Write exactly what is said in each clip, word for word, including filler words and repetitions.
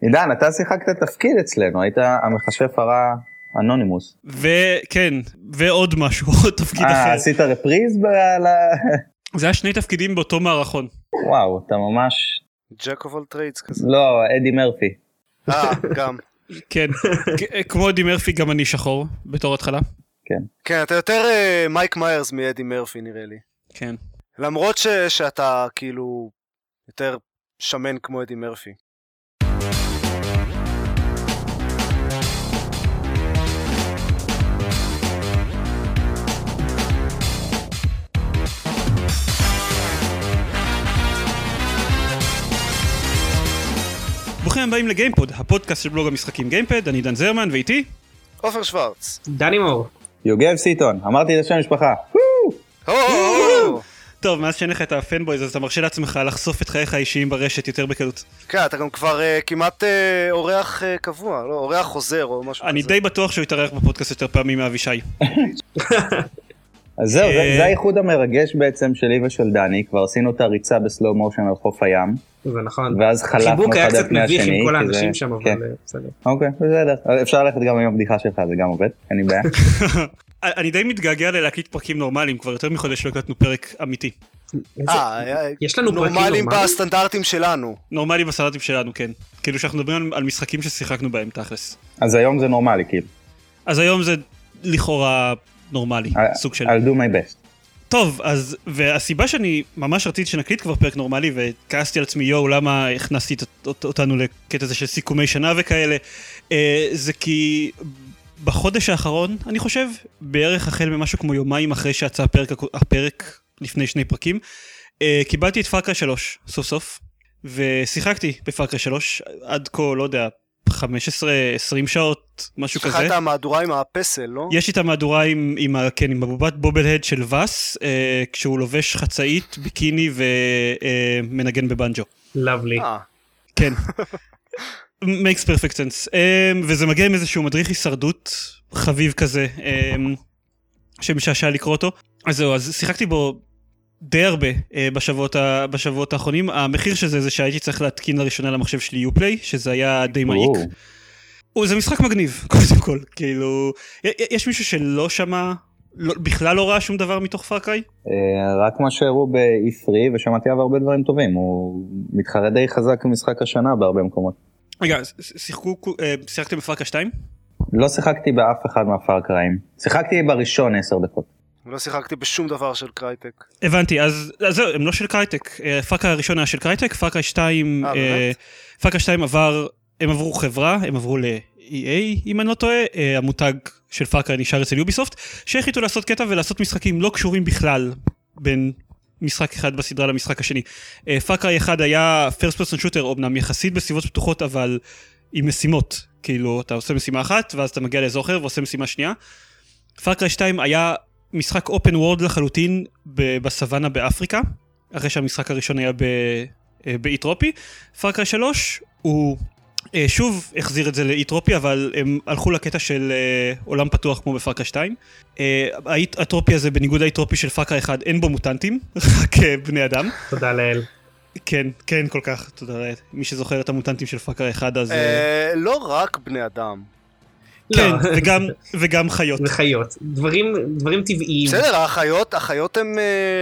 עידן, אתה שיחקת תפקיד אצלנו, היית המחשף הרע אנונימוס. וכן, ועוד משהו, עוד תפקיד אחר. אה, עשית רפריז? זה היה שני תפקידים באותו מערכון. וואו, אתה ממש... ג'ק אוף אול טריידס כזה. לא, אדי מרפי. אה, גם. כן, כמו אדי מרפי גם אני שחור, בתור התחלה. כן. כן, אתה יותר מייק מיירס מאדי מרפי נראה לי. כן. למרות ש, שאתה כאילו יותר שמן כמו אדי מרפי. ברוכים הבאים לגיימפוד, הפודקאסט של בלוג המשחקים גיימפד, אני דן זרמן ואיתי עופר שוורץ. דני מור. יוגב סיטון, אמרתי את השם משפחה. טוב, מאז שאין לך את הפנבויז, אז אתה מרשה לעצמך לחשוף את חייך האישיים ברשת יותר בקלות. כן, אתה גם כבר כמעט אורח קבוע, לא, אורח חוזר או משהו כזה. אני די בטוח שהוא יתארח בפודקאסט יותר פעמים מאבישי. אז זהו, זה האיחוד המרגש בעצם שלי ושל דני, כבר עשינו את הריצה בסלואו מושן על חוף הים. זה נכון. ואז חלפנו אחד על פני השני. החיבוק היה קצת מביך עם כל האנשים שם, אבל בסדר. אוקיי, בסדר. אפשר ללכת גם עם הבדיחה שלך, זה גם עובד, אין לי בעיה. אני די מתגעגע ללהקליט פרקים נורמליים, כבר יותר מחודש לא הקלטנו פרק אמיתי. יש לנו פרקים נורמליים בסטנדרטים שלנו. נורמליים בסטנדרטים שלנו, כן. כאילו שאנחנו מדברים על משחקים ששיחקנו בהם, תכלס. אז היום זה נורמלי, כאילו. אז היום זה לכאורה נורמלי, סוג של... I'll do my best. טוב, אז, והסיבה שאני ממש רציתי שנקליט כבר פרק נורמלי, וכעסתי על עצמי, יואו, למה הכנסתי אותנו לקטע הזה של סיכומי שנה וכאלה, זה כי בחודש האחרון, אני חושב, בערך החל ממשהו כמו יומיים אחרי שיצא הפרק, הפרק לפני שני פרקים, קיבלתי את פאר קריי שלוש, סוף סוף, ושיחקתי בפאר קריי שלוש, עד כה, לא יודע, חמש עשרה עשרים שעות, משהו כזה. שחקת המהדורה עם הפסל, לא? יש לי את המהדורה עם, עם, כן, עם הבובת בובלהד של וס, אה, כשהוא לובש חצאית, ביקיני ומנגן אה, בבנג'ו. Lovely. אה. כן. makes perfect sense. אה, וזה מגיע עם איזשהו מדריך הישרדות חביב כזה, אה, שמשעשע לקרוא אותו. אז זהו, אז שיחקתי בו די הרבה אה, בשבועות, ה, בשבועות האחרונים. המחיר של זה זה שהייתי צריך להתקין לראשונה למחשב שלי יופליי, שזה היה די מעיק. או, זה משחק מגניב, קודם כל. כאילו, יש מישהו שלא שמע, לא, בכלל לא ראה שום דבר מתוך פאר קריי? רק מה שהראו ב-אי תרי, ושמעתי עליו הרבה דברים טובים. הוא מתחרה די חזק במשחק השנה בהרבה מקומות. רגע, שיחקו, שיחקתם בפאר קריי שתיים? לא שיחקתי באף אחד מהפאר קריים. שיחקתי בראשון עשר דקות. לא שיחקתי בשום דבר של קרייטק. הבנתי, אז זהו, הם לא של קרייטק. פאר קריי הראשון היה של קרייטק, פאר קריי שתיים, פאר קריי שתיים עבר, הם עברו חברה, הם עברו ל-אי איי, אם אני לא טועה, המותג של פאר קריי נשאר אצל יוביסופט, שהחליטו לעשות קטע ולעשות משחקים לא קשורים בכלל בין משחק אחד בסדרה למשחק השני. פאר קריי אחד היה first person shooter, אומנם יחסית בסביבות פתוחות, אבל עם משימות. כאילו, אתה עושה משימה אחת, ואז אתה מגיע לאזור אחר ועושה משימה שנייה. פאר קריי שתיים היה משחק אופן וורד לחלוטין בסוואנה באפריקה, אחרי שהמשחק הראשון היה באי טרופי. פאר קריי שלוש הוא שוב החזיר את זה לאי טרופי, אבל הם הלכו לקטע של עולם פתוח כמו בפאר קריי שתיים. האי טרופי הזה, בניגוד לאי טרופי של פאר קריי אחד, אין בו מוטנטים, רק בני אדם. תודה לאל. כן, כן, כל כך, תודה לאל. מי שזוכר את המוטנטים של פאר קריי אחד, אז... לא רק בני אדם. כן, וגם, וגם חיות. וחיות. דברים, דברים טבעיים. בסדר, החיות, החיות הם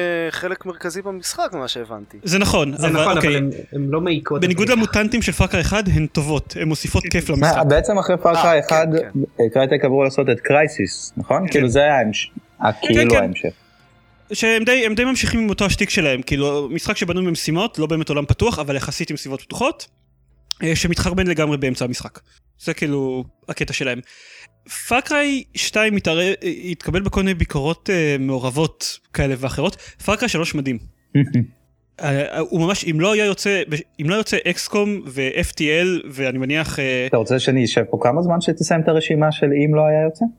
חלק מרכזי במשחק, מה שהבנתי. זה נכון. זה נכון, אבל הם לא מעיקות. בניגוד למוטנטים של פאר קריי אחד, הן טובות, הן מוסיפות כיף למשחק. בעצם אחרי פאר קריי אחד, קרייטק עברו לעשות את קרייסיס, נכון? כאילו זה היה כאילו ההמשך. שהם די, הם די ממשיכים עם אותו השטיק שלהם, כאילו משחק שבנוי במשימות, לא באמת עולם פתוח, אבל יחסית עם סביבות פתוחות, שמתחרבן לגמרי באמצע המשחק. זה כאילו הקטע שלהם. פאר קריי שתיים התקבל בכל מיני ביקורות מעורבות כאלה ואחרות. פאר קריי שלוש מדהים. הוא ממש, אם לא היה יוצא, אם לא יוצא אקס קום ו-אף טי אל, ואני מניח... אתה רוצה שאני אשב פה כמה זמן שתסיים את הרשימה של אם לא היה יוצא?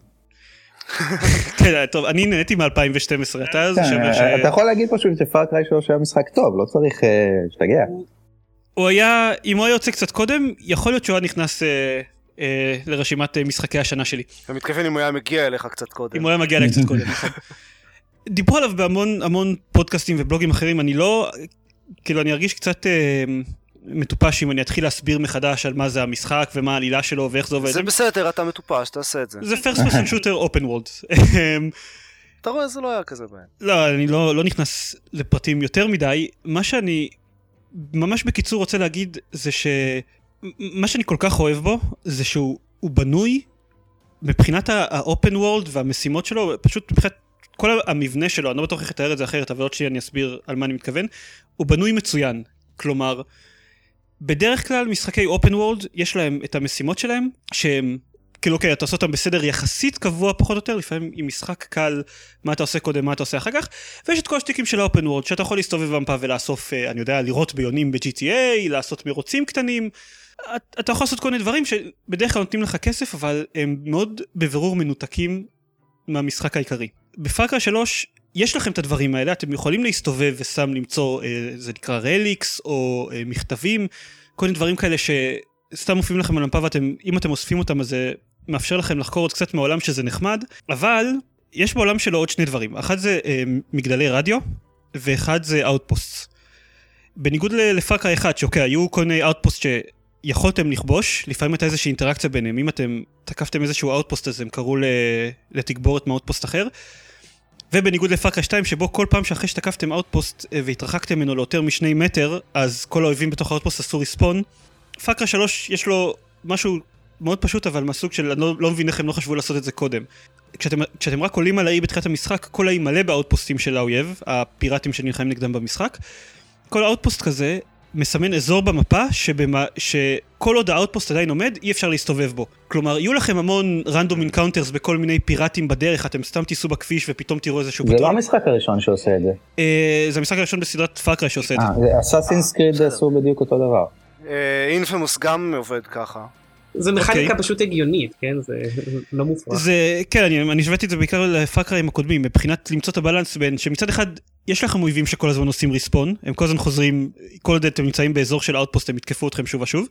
כן, טוב, אני נהניתי מ-אלפיים ושתים עשרה, אתה יכול להגיד פשוט שפאר קריי שלוש היה משחק טוב, לא צריך שתגיע. הוא היה, אם הוא היה יוצא קצת קודם, יכול להיות שהוא היה נכנס אה, אה, לרשימת אה, משחקי השנה שלי. אתה מתכוון אם הוא היה מגיע אליך קצת קודם. אם הוא היה מגיע אליך קצת קודם, נכון. דיברו עליו בהמון המון פודקאסטים ובלוגים אחרים, אני לא, כאילו אני ארגיש קצת, אה, מטופש אם אני אתחיל להסביר מחדש על מה זה המשחק ומה העלילה שלו ואיך זה עובד. זה בסדר, אתה מטופש, תעשה את זה. זה first person shooter open world. אתה רואה, זה לא היה כזה בעיה. לא, אני לא, לא נכנס לפרטים יותר מדי. מה שאני ממש בקיצור רוצה להגיד זה שמה שאני כל כך אוהב בו זה שהוא בנוי מבחינת ה-open world והמשימות שלו, פשוט מבחינת כל המבנה שלו, אני לא בטוח איך לתאר את זה אחרת, אבל עוד שנייה אני אסביר על מה אני מתכוון, הוא בנוי מצוין. כלומר, בדרך כלל משחקי open world יש להם את המשימות שלהם, שהם, כאילו אוקיי, אתה עושה אותם בסדר יחסית קבוע פחות או יותר, לפעמים עם משחק קל, מה אתה עושה קודם, מה אתה עושה אחר כך, ויש את כל השטיקים של ה-open world, שאתה יכול להסתובב במפה ולאסוף, אני יודע, לראות ביונים ב-ג'י טי איי, לעשות מרוצים קטנים, אתה יכול לעשות כל מיני דברים שבדרך כלל נותנים לך כסף, אבל הם מאוד בבירור מנותקים מהמשחק העיקרי. בפאר קריי שלוש יש לכם את הדברים האלה, אתם יכולים להסתובב וסתם למצוא, זה נקרא רליקס או מכתבים, כל מיני דברים כאלה שסתם מופיעים לכם על המפה, ואם אתם אוספים אותם אז זה מאפשר לכם לחקור עוד קצת מהעולם שזה נחמד, אבל יש בעולם שלו עוד שני דברים, אחד זה מגדלי רדיו, ואחד זה אאוטפוסט. בניגוד לפאר קריי אחד, שאוקיי, היו כל מיני אאוטפוסט ש... יכולתם לכבוש, לפעמים הייתה איזושהי אינטראקציה ביניהם, אם אתם תקפתם איזשהו אאוטפוסט הזה, הם קראו לתגבורת מאוטפוסט אחר, ובניגוד לפאר קריי שתיים, שבו כל פעם שאחרי שתקפתם אאוטפוסט והתרחקתם ממנו ליותר משני מטר, אז כל האויבים בתוך האאוטפוסט עשו ריספון. פאר קריי שלוש יש לו משהו מאוד פשוט, אבל מהסוג של, אני לא, לא מבין איך הם לא חשבו לעשות את זה קודם. כשאתם, כשאתם רק עולים על האי בתחילת המשחק, כל האי מלא באאוטפוסטים של האויב, הפיראטים שנלחמים נגדם במשחק. כל האאוטפוסט כזה מסמן אזור במפה שבמה, שכל עוד האוטפוסט עדיין עומד, אי אפשר להסתובב בו. כלומר, יהיו לכם המון רנדום אינקאונטרס בכל מיני פיראטים בדרך, אתם סתם תיסעו בכביש ופתאום תראו איזשהו פתרון. זה לא המשחק הראשון שעושה את זה. זה המשחק הראשון בסדרת פאר קריי שעושה את זה. אסאסינס קריד עשו בדיוק אותו דבר. אינפימוס גם עובד ככה. זה מכניקה פשוט הגיונית, כן? זה לא מופרע. זה, כן, אני, אני השוויתי את זה בעיקר לפאר קריים הקודמים, מבחינת למצוא את הבלנס בין, שמצד אחד יש לכם אויבים שכל הזמן עושים ריספון, הם כל הזמן חוזרים, כל עוד אתם נמצאים באזור של האוטפוסט, הם יתקפו אתכם שוב ושוב,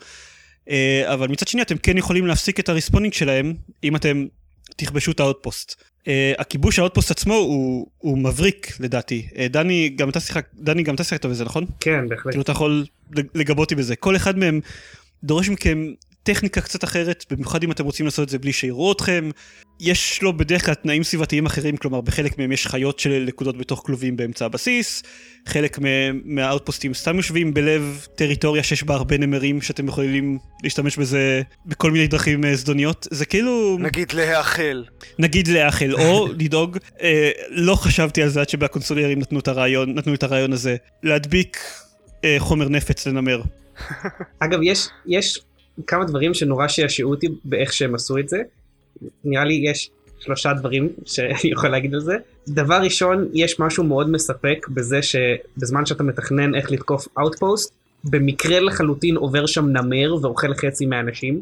אבל מצד שני אתם כן יכולים להפסיק את הריספונינג שלהם, אם אתם תכבשו את האוטפוסט. הכיבוש האוטפוסט עצמו הוא, הוא מבריק לדעתי. דני גם אתה שיחק, דני גם אתה שיחקת בזה, נכון? כן, בהחלט. כאילו אתה יכול לגבות בזה. כל אחד מהם דורש מכם טכניקה קצת אחרת, במיוחד אם אתם רוצים לעשות את זה בלי שיראו אתכם. יש לו בדרך כלל תנאים סביבתיים אחרים, כלומר בחלק מהם יש חיות של נקודות בתוך כלובים באמצע הבסיס, חלק מהאוטפוסטים סתם יושבים בלב טריטוריה שיש בה הרבה נמרים, שאתם יכולים להשתמש בזה בכל מיני דרכים זדוניות. זה כאילו... נגיד להאכל. נגיד להאכל, או לדאוג, אה, לא חשבתי על זה עד שבקונסוליירים נתנו את הרעיון, נתנו את הרעיון הזה, להדביק אה, חומר נפץ לנמר. אגב, יש, יש כמה דברים שנורא שישעו אותי באיך שהם עשו את זה. נראה לי יש שלושה דברים שאני יכול להגיד על זה. דבר ראשון, יש משהו מאוד מספק בזה שבזמן שאתה מתכנן איך לתקוף אאוטפוסט, במקרה לחלוטין עובר שם נמר ואוכל חצי מהאנשים.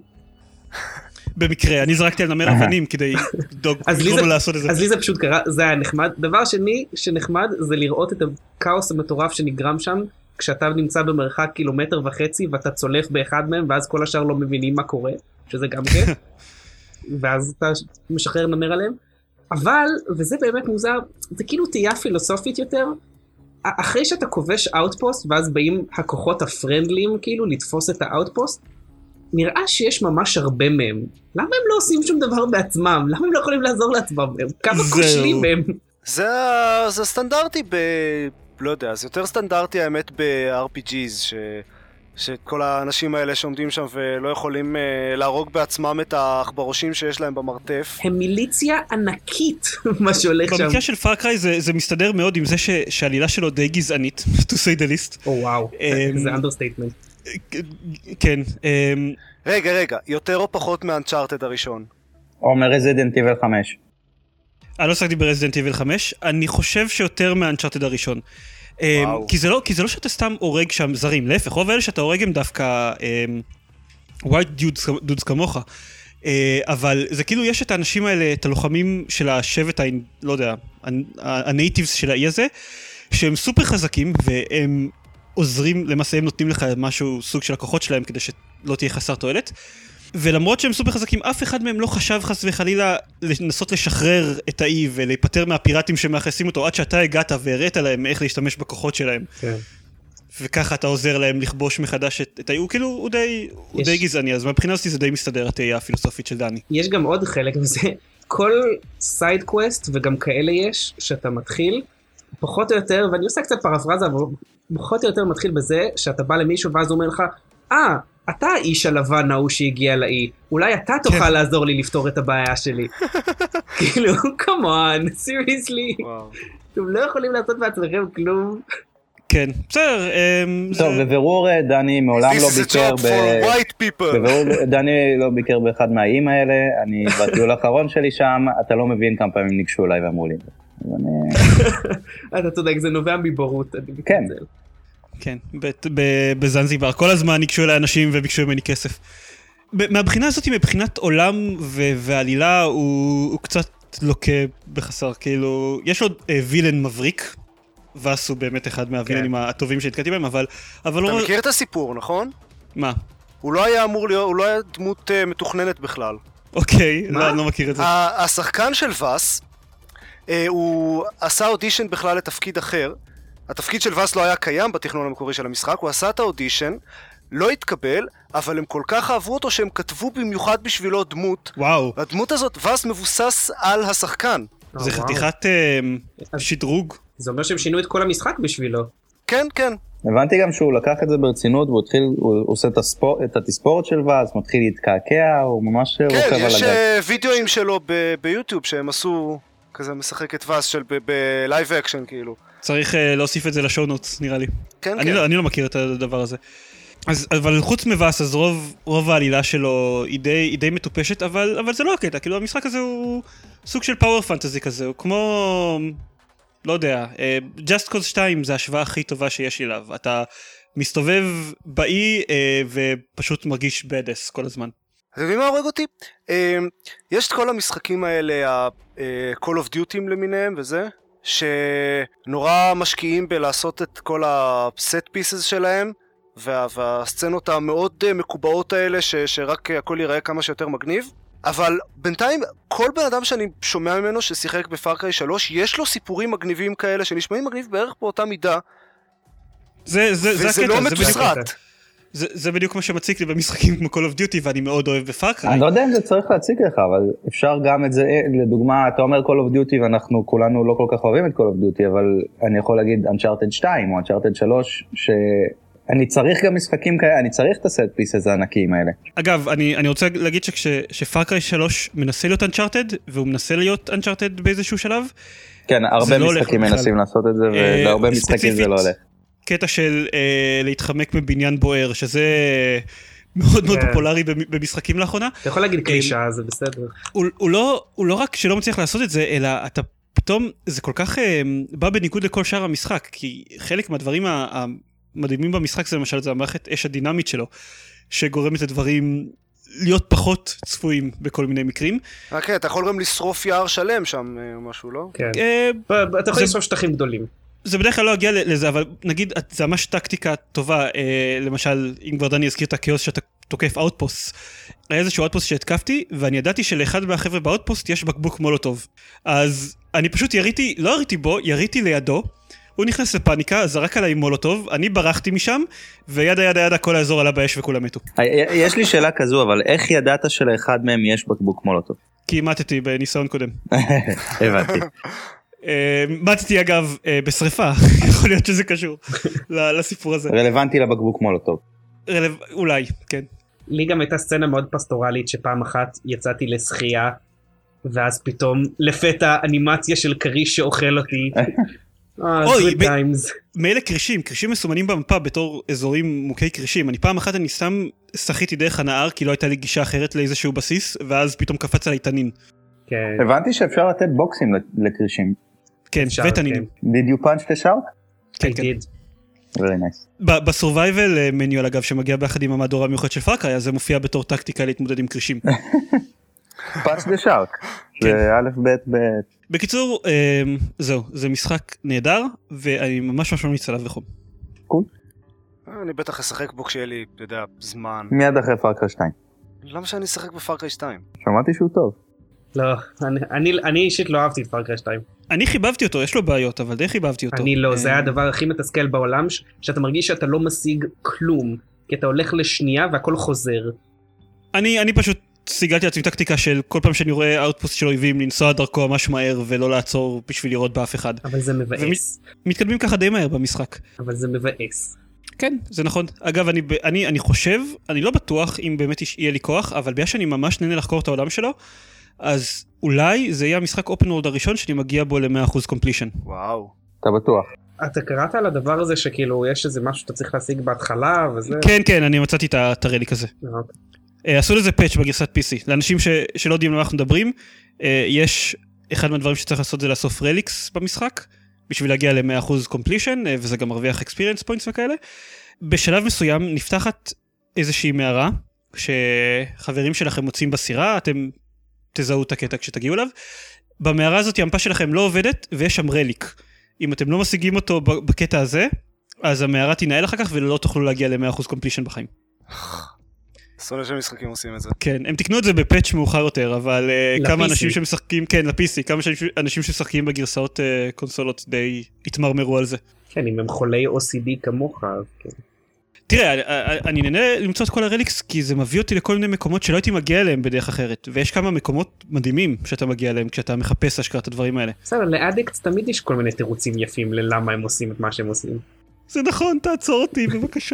במקרה, אני זרקתי על נמר אבנים כדי לדאוג לו לעשות את זה. אז לי זה פשוט קרה, זה היה נחמד. דבר שני שנחמד זה לראות את הכאוס המטורף שנגרם שם, כשאתה נמצא במרחק קילומטר וחצי ואתה צולף באחד מהם, ואז כל השאר לא מבינים מה קורה, שזה גם כן. ואז אתה משחרר נמר עליהם. אבל, וזה באמת מוזר, זה כאילו תהיה פילוסופית יותר, אחרי שאתה כובש אאוטפוסט, ואז באים הכוחות הפרנדלים, כאילו, לתפוס את האאוטפוסט, נראה שיש ממש הרבה מהם. למה הם לא עושים שום דבר בעצמם? למה הם לא יכולים לעזור לעצמם? כמה כושלים הם? זה, זה סטנדרטי ב... לא יודע, זה יותר סטנדרטי האמת ב-אר פי ג'יז, ש... שכל האנשים האלה שעומדים שם ולא יכולים uh, להרוג בעצמם את האחברושים שיש להם במרתף. הם מיליציה ענקית, מה שהולך שם. במקרה של פאר קריי זה, זה מסתדר מאוד עם זה ש, שהעלילה שלו די גזענית, to say the least. או וואו, זה understatement. כן. רגע, רגע, יותר או פחות מאנצ'ארטד הראשון? או מרזידנט איבל חמש. אני לא שחקתי ברזידנט איבל חמש, אני חושב שיותר מאנצ'ארטד הראשון. כי זה לא, כי זה לא שאתה סתם הורג שם זרים, להפך, רוב האלה שאתה הורג הם דווקא ווייט דודס כמוך, אבל זה כאילו יש את האנשים האלה, את הלוחמים של השבט, לא יודע, הנייטיבס של האי הזה, שהם סופר חזקים, והם עוזרים, למעשה הם נותנים לך משהו, סוג של הכוחות שלהם, כדי שלא תהיה חסר תועלת, ולמרות שהם סופר חזקים, אף אחד מהם לא חשב חס וחלילה לנסות לשחרר את האי ולהיפטר מהפיראטים שמאחסים אותו, עד שאתה הגעת והראית להם איך להשתמש בכוחות שלהם. כן. וככה אתה עוזר להם לכבוש מחדש את, את ה... הוא כאילו, הוא די, יש... הוא די גזעני, אז מבחינה הזאת זה די מסתדר, התהייה הפילוסופית של דני. יש גם עוד חלק מזה, כל סייד קווסט וגם כאלה יש, שאתה מתחיל, פחות או יותר, ואני עושה קצת פרפרזה, אבל פחות או יותר מתחיל בזה, שאתה בא למישהו ואז הוא אומר לך, אה, אתה האיש הלבן ההוא שהגיע לאי, אולי אתה תוכל לעזור לי לפתור את הבעיה שלי. כאילו, come on, seriously. אתם לא יכולים לעשות בעצמכם כלום. כן, בסדר. טוב, בבירור דני מעולם לא ביקר בבירור דני לא ביקר באחד מהאיים האלה, אני בטיול האחרון שלי שם, אתה לא מבין כמה פעמים ניגשו אליי ואמרו לי. אתה צודק, זה נובע מבורות. כן. כן, בזנזיבר, כל הזמן ניגשו אליי אנשים וביקשו ממני כסף. מהבחינה הזאת, מבחינת עולם ועלילה, הוא קצת לוקה בחסר, כאילו, יש עוד וילן מבריק, ואז הוא באמת אחד מהווילנים הטובים שהתקעתי בהם, אבל... אתה מכיר את הסיפור, נכון? מה? הוא לא היה אמור להיות, הוא לא היה דמות מתוכננת בכלל. אוקיי, אני לא מכיר את זה. השחקן של וס, הוא עשה אודישן בכלל לתפקיד אחר, התפקיד של וס לא היה קיים בתכנון המקורי של המשחק, הוא עשה את האודישן, לא התקבל, אבל הם כל כך אהבו אותו שהם כתבו במיוחד בשבילו דמות. וואו. הדמות הזאת, וס מבוסס על השחקן. זה חתיכת שדרוג. זה אומר שהם שינו את כל המשחק בשבילו. כן, כן. הבנתי גם שהוא לקח את זה ברצינות, והוא התחיל, הוא עושה את התספורת של וס, מתחיל להתקעקע, הוא ממש רוקב על הגב. כן, יש וידאוים שלו ביוטיוב שהם עשו כזה משחק את וס של בלייב אקשן כאילו. צריך להוסיף את זה לשואו נוטס, נראה לי. כן, אני כן. לא, אני לא מכיר את הדבר הזה. אז, אבל חוץ מבאס, אז רוב, רוב העלילה שלו היא די, היא די מטופשת, אבל, אבל זה לא הקטע, כאילו המשחק הזה הוא סוג של פאוור פנטזי כזה, הוא כמו, לא יודע, Just Cause שתיים זה ההשוואה הכי טובה שיש לי אליו, אתה מסתובב באי ופשוט מרגיש בדס כל הזמן. אתה יודעים מה הורג אותי? יש את כל המשחקים האלה, ה-Call of Duty למיניהם וזה, שנורא משקיעים בלעשות את כל ה-set pieces שלהם, וה- והסצנות המאוד מקובעות האלה, ש- שרק הכל ייראה כמה שיותר מגניב. אבל בינתיים, כל בן אדם שאני שומע ממנו ששיחק בפאר קריי שלוש, יש לו סיפורים מגניבים כאלה, שנשמעים מגניב בערך באותה מידה, זה, זה, וזה זה לא הקטע, זה בדיוק- מתוסרט. זה, זה בדיוק מה שמציק לי במשחקים כמו Call of Duty, ואני מאוד אוהב בפאר קריי. אני לא יודע אם זה צריך להציג לך, אבל אפשר גם את זה, לדוגמה, אתה אומר Call of Duty, ואנחנו כולנו לא כל כך אוהבים את Call of Duty, אבל אני יכול להגיד Uncharted שתיים או Uncharted שלוש, שאני צריך גם משחקים כאלה, אני צריך את הסט פיסס הענקיים האלה. אגב, אני, אני רוצה להגיד שפאר קריי שלוש מנסה להיות Uncharted, והוא מנסה להיות Uncharted באיזשהו שלב. כן, הרבה לא משחקים הולך מנסים לעשות את זה, ולהרבה אה, משחקים זה לא הולך. קטע של אה, להתחמק מבניין בוער, שזה מאוד מאוד כן. פופולרי במ- במשחקים לאחרונה. אתה יכול להגיד קלישה, זה בסדר. הוא, הוא, לא, הוא לא רק שלא מצליח לעשות את זה, אלא אתה פתאום, זה כל כך אה, בא בניגוד לכל שאר המשחק, כי חלק מהדברים ה- המדהימים במשחק זה למשל, זה המערכת אש הדינמית שלו, שגורמת לדברים להיות פחות צפויים בכל מיני מקרים. כן, אתה יכול גם לשרוף יער שלם שם או משהו, לא? כן. אה, אתה יכול זה- לשרוף שטחים גדולים. זה בדרך כלל לא הגיע לזה, אבל נגיד, זה ממש טקטיקה טובה, אה, למשל, אם כבר דני הזכיר את הכאוס שאתה תוקף אאוטפוסט, היה איזשהו אאוטפוסט שהתקפתי, ואני ידעתי שלאחד מהחבר'ה באאוטפוסט יש בקבוק מולוטוב. אז אני פשוט יריתי, לא יריתי בו, יריתי לידו, הוא נכנס לפאניקה, זרק עליי מולוטוב, אני ברחתי משם, וידה ידה ידה כל האזור עלה באש וכולם מתו. יש לי שאלה כזו, אבל איך ידעת שלאחד מהם יש בקבוק מולוטוב? כי אימתתי בניסיון קודם. הבנתי. מתתי אגב בשריפה, יכול להיות שזה קשור לסיפור הזה. רלוונטי לבקבוק מולוטוב. אולי, כן. לי גם הייתה סצנה מאוד פסטורלית שפעם אחת יצאתי לשחייה ואז פתאום לפתע אנימציה של קריש שאוכל אותי. אוי, good times. מאלה קרישים, קרישים מסומנים במפה בתור אזורים מוכי קרישים. אני פעם אחת אני סתם שחיתי דרך הנהר כי לא הייתה לי גישה אחרת לאיזשהו בסיס, ואז פתאום קפץ עליי תנין. כן. הבנתי שאפשר לתת בוקסים לקרישים. כן, ותנינים. Did you punch the shark? כן, I כן. did. Very nice. בסורווייבל מניואל אגב שמגיע ביחד עם המהדורה המיוחד של פאר קריי, אז זה מופיע בתור טקטיקה להתמודד עם קרישים. punch the shark. זה א' ב' ב'. בקיצור, זהו, זה משחק נהדר, ואני ממש ממש ממליץ עליו בחום. קול. אני בטח אשחק בו כשיהיה לי, אתה יודע, זמן. מיד אחרי פאר קריי שתיים. למה שאני אשחק בפאר קריי שתיים? שמעתי שהוא טוב. לא, אני, אני, אני אישית לא אהבתי את פארקריי שתיים. אני חיבבתי אותו, יש לו בעיות, אבל די חיבבתי אותו. אני לא, זה היה הדבר הכי מתסכל בעולם, שאתה מרגיש שאתה לא משיג כלום, כי אתה הולך לשנייה והכל חוזר. אני, אני פשוט סיגלתי לעצמי טקטיקה של כל פעם שאני רואה אאוטפוסט של אויבים, לנסוע דרכו ממש מהר ולא לעצור בשביל לראות באף אחד. אבל זה מבאס. ומתקדמים ככה די מהר במשחק. אבל זה מבאס. כן, זה נכון. אגב, אני, אני, אני חושב, אני לא בטוח אם באמת יהיה לי כוח, אבל בגלל שאני ממש נהנה לחקור את העולם שלו, אז אולי זה יהיה המשחק אופן וורלד הראשון שאני מגיע בו ל-מאה אחוז קומפלישן. וואו. אתה בטוח. אתה קראת על הדבר הזה שכאילו יש איזה משהו שאתה צריך להשיג בהתחלה וזה? כן, כן, אני מצאתי את הרליק הזה. עשו לזה פאץ' בגרסת פי סי. לאנשים ש, שלא יודעים למה אנחנו מדברים, יש אחד מהדברים שצריך לעשות זה לאסוף רליקס במשחק, בשביל להגיע ל-מאה אחוז קומפלישן, וזה גם מרוויח experience points וכאלה. בשלב מסוים נפתחת איזושהי מערה, שחברים שלכם מוצאים בסירה, אתם תזהו את הקטע כשתגיעו אליו. במערה הזאת המפה שלכם לא עובדת, ויש שם רליק. אם אתם לא משיגים אותו בקטע הזה, אז המערה תנהל אחר כך, ולא תוכלו להגיע ל-מאה אחוז קומפלישן בחיים. סונה של משחקים עושים את זה. כן, הם תקנו את זה בפאץ' מאוחר יותר, אבל כמה אנשים שמשחקים, כן, ל-פי סי, כמה אנשים שמשחקים בגרסאות קונסולות די התמרמרו על זה. כן, אם הם חולי או סי די כמוך, כן. תראה, אני נהנה למצוא את כל הרליקס, כי זה מביא אותי לכל מיני מקומות שלא הייתי מגיע אליהם בדרך אחרת, ויש כמה מקומות מדהימים שאתה מגיע אליהם, כשאתה מחפש השקעת הדברים האלה. בסדר, לאדיקטס תמיד יש כל מיני תירוצים יפים ללמה הם עושים את מה שהם עושים. זה נכון, תעצור אותי, בבקשה.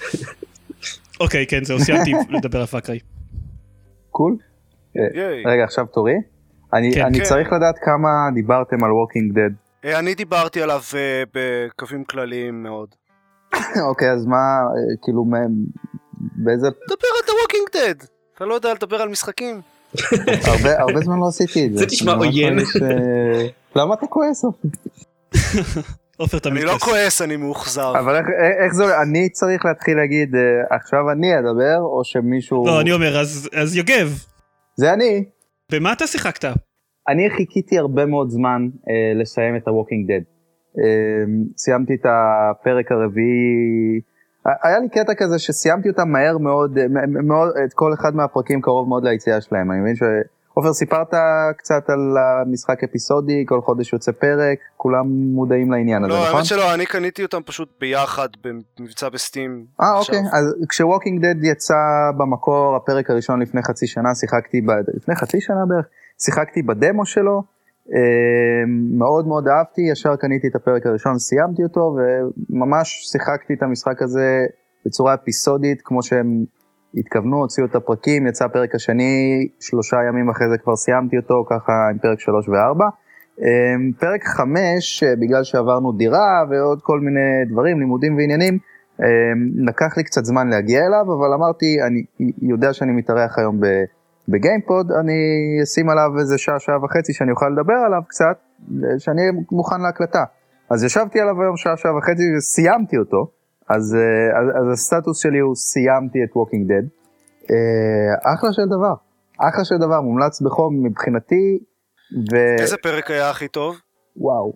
אוקיי, כן, זהו, סיימתי לדבר על פאקריי. קול. רגע, עכשיו תורי. אני צריך לדעת כמה דיברתם על Walking Dead. אני דיברתי עליו בקווים כלליים מאוד. אוקיי, אז מה, כאילו, באיזה... דבר על The Walking Dead. אתה לא יודע לדבר על משחקים? הרבה זמן לא עשיתי את זה. זה תשמע עוין. למה אתה כועס, אופי? אופר תמיד אני לא כועס, אני מאוחזר. אבל איך זה, אני צריך להתחיל להגיד, עכשיו אני אדבר, או שמישהו... לא, אני אומר, אז יוגב. זה אני. במה אתה שיחקת? אני חיכיתי הרבה מאוד זמן לסיים את ה-Walking Dead. סיימתי את הפרק הרביעי, היה לי קטע כזה שסיימתי אותם מהר מאוד, מאוד, את כל אחד מהפרקים קרוב מאוד ליציאה שלהם. אני מבין שאופר סיפרת קצת על המשחק אפיסודי, כל חודש יוצא פרק, כולם מודעים לעניין הזה, לא, נכון? האמת שלא, אני קניתי אותם פשוט ביחד במבצע בסטים. אה, אוקיי, אז כש-Walking Dead יצא במקור, הפרק הראשון לפני חצי שנה, שיחקתי, ב... לפני חצי שנה בערך, שיחקתי בדמו שלו, מאוד מאוד אהבתי, ישר קניתי את הפרק הראשון, סיימתי אותו, וממש שיחקתי את המשחק הזה בצורה אפיסודית, כמו שהם התכוונו, הוציאו את הפרקים, יצא הפרק השני, שלושה ימים אחרי זה כבר סיימתי אותו, ככה עם פרק שלוש וארבע. פרק חמש, בגלל שעברנו דירה ועוד כל מיני דברים, לימודים ועניינים, לקח לי קצת זמן להגיע אליו, אבל אמרתי, אני יודע שאני מתארח היום ב... בגיימפוד, אני אשים עליו איזה שעה, שעה וחצי שאני אוכל לדבר עליו קצת, שאני אהיה מוכן להקלטה. אז ישבתי עליו היום שעה, שעה וחצי וסיימתי אותו, אז, אז, אז הסטטוס שלי הוא סיימתי את Walking Dead. אחלה של דבר, אחלה של דבר, מומלץ בחום מבחינתי. ו... איזה פרק היה הכי טוב? וואו,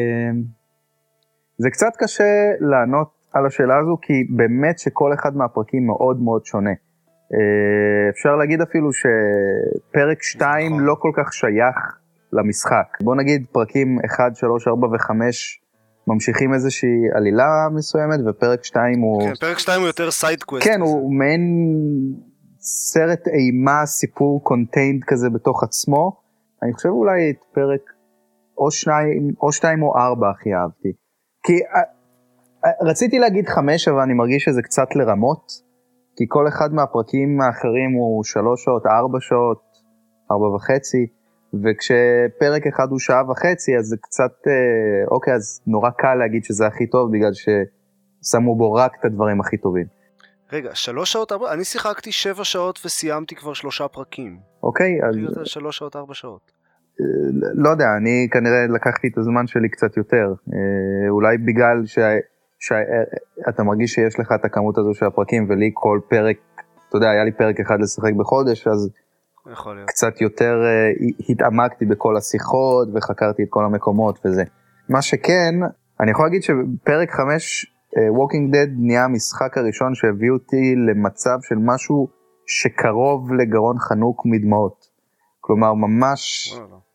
זה קצת קשה לענות על השאלה הזו, כי באמת שכל אחד מהפרקים מאוד מאוד שונה. אפשר להגיד אפילו שפרק שתיים לא כל כך שייך למשחק. בוא נגיד פרקים אחת, שלוש, ארבע וחמש ממשיכים איזושהי עלילה מסוימת, ופרק שתיים הוא... כן, פרק שתיים הוא יותר סייד קווסט. כן, הוא מעין סרט אימה, סיפור קונטיינד כזה בתוך עצמו. אני חושב אולי את פרק או שניים, או שתיים או ארבע הכי אהבתי. כי רציתי להגיד חמש, אבל אני מרגיש שזה קצת לרמות. כי כל אחד מהפרקים האחרים הוא שלוש שעות, ארבע שעות, ארבע וחצי, וכשפרק אחד הוא שעה וחצי, אז זה קצת, אוקיי, אז נורא קל להגיד שזה הכי טוב, בגלל ששמו בו רק את הדברים הכי טובים. רגע, שלוש שעות, ארבע, אני שיחקתי שבע שעות וסיימתי כבר שלושה פרקים. אוקיי, אז... שלוש שעות, ארבע שעות. לא יודע, אני כנראה לקחתי את הזמן שלי קצת יותר, אולי בגלל ש... שאתה מרגיש שיש לך את הכמות הזו של הפרקים, ולי כל פרק, אתה יודע, היה לי פרק אחד לשחק בחודש, אז קצת יותר uh, התעמקתי בכל השיחות, וחקרתי את כל המקומות וזה. מה שכן, אני יכול להגיד שפרק חמש, uh, Walking Dead נהיה המשחק הראשון שהביא אותי למצב של משהו שקרוב לגרון חנוק מדמעות. כלומר ממש,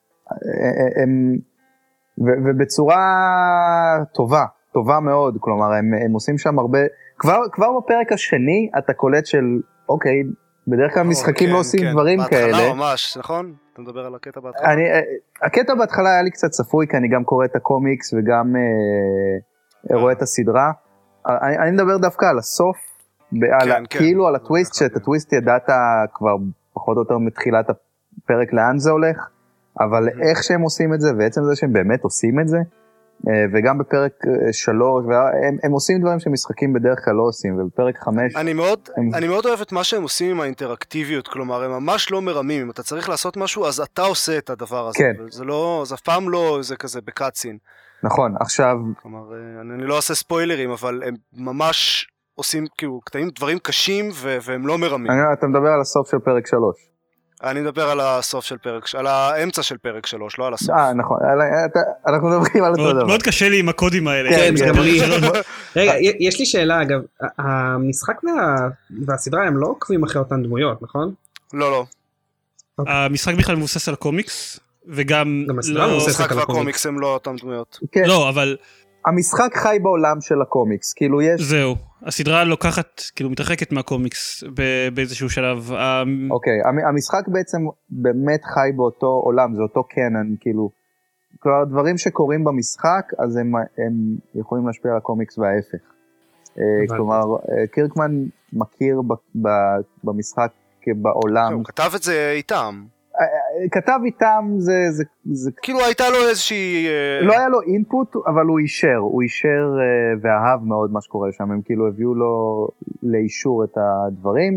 הם, ובצורה טובה, טובה מאוד, כלומר הם, הם עושים שם הרבה, כבר, כבר בפרק השני אתה קולט של, אוקיי, בדרך כלל משחקים לא עושים דברים כאלה. בהתחלה ממש, נכון? אתה מדבר על הקטע בהתחלה? אני, הקטע בהתחלה היה לי קצת צפוי, כי אני גם קורא את הקומיקס וגם אה, רואה את הסדרה. אני, אני מדבר דווקא על הסוף, על, כן, כן. כאילו על הטוויסט, שאת הטוויסט ידעת כבר פחות או יותר מתחילת הפרק לאן זה הולך, אבל mm-hmm. איך שהם עושים את זה, ועצם זה שהם באמת עושים את זה, וגם בפרק שלוש, הם, הם עושים דברים שמשחקים בדרך כלל לא עושים, ובפרק חמש... אני מאוד, הם... אני מאוד אוהב את מה שהם עושים עם האינטראקטיביות, כלומר, הם ממש לא מרמים, אם אתה צריך לעשות משהו, אז אתה עושה את הדבר הזה, כן. זה לא, זה אף פעם לא זה כזה בקאצין. נכון, עכשיו... כלומר, אני לא עושה ספוילרים, אבל הם ממש עושים, כאילו, קטעים דברים קשים, ו- והם לא מרמים. אני, אתה מדבר על הסוף של פרק שלוש. אני מדבר על הסוף של פרק, על האמצע של פרק שלוש, לא על הסוף. אה, נכון, אנחנו מדברים על אותו דבר. מאוד קשה לי עם הקודים האלה. כן, גם לי. רגע, יש לי שאלה, אגב, המשחק והסדרה הם לא עוקבים אחרי אותן דמויות, נכון? לא, לא. המשחק בכלל מבוסס על קומיקס, וגם... המשחק והקומיקס הם לא אותן דמויות. לא, אבל... המשחק חי בעולם של הקומיקס, כאילו יש... זהו, הסדרה לוקחת, כאילו מתרחקת מהקומיקס באיזשהו שלב. אוקיי, המשחק בעצם באמת חי באותו עולם, זה אותו קנן, כאילו, כלומר, דברים שקורים במשחק, אז הם, הם יכולים להשפיע על הקומיקס וההפך. כלומר, קירקמן מכיר במשחק בעולם. הוא כתב את זה איתם. כתב איתם זה, זה, זה... כאילו הייתה לו איזושהי... לא היה לו אינפוט, אבל הוא אישר, הוא אישר ואהב מאוד מה שקורה שם, הם כאילו הביאו לו לאישור את הדברים,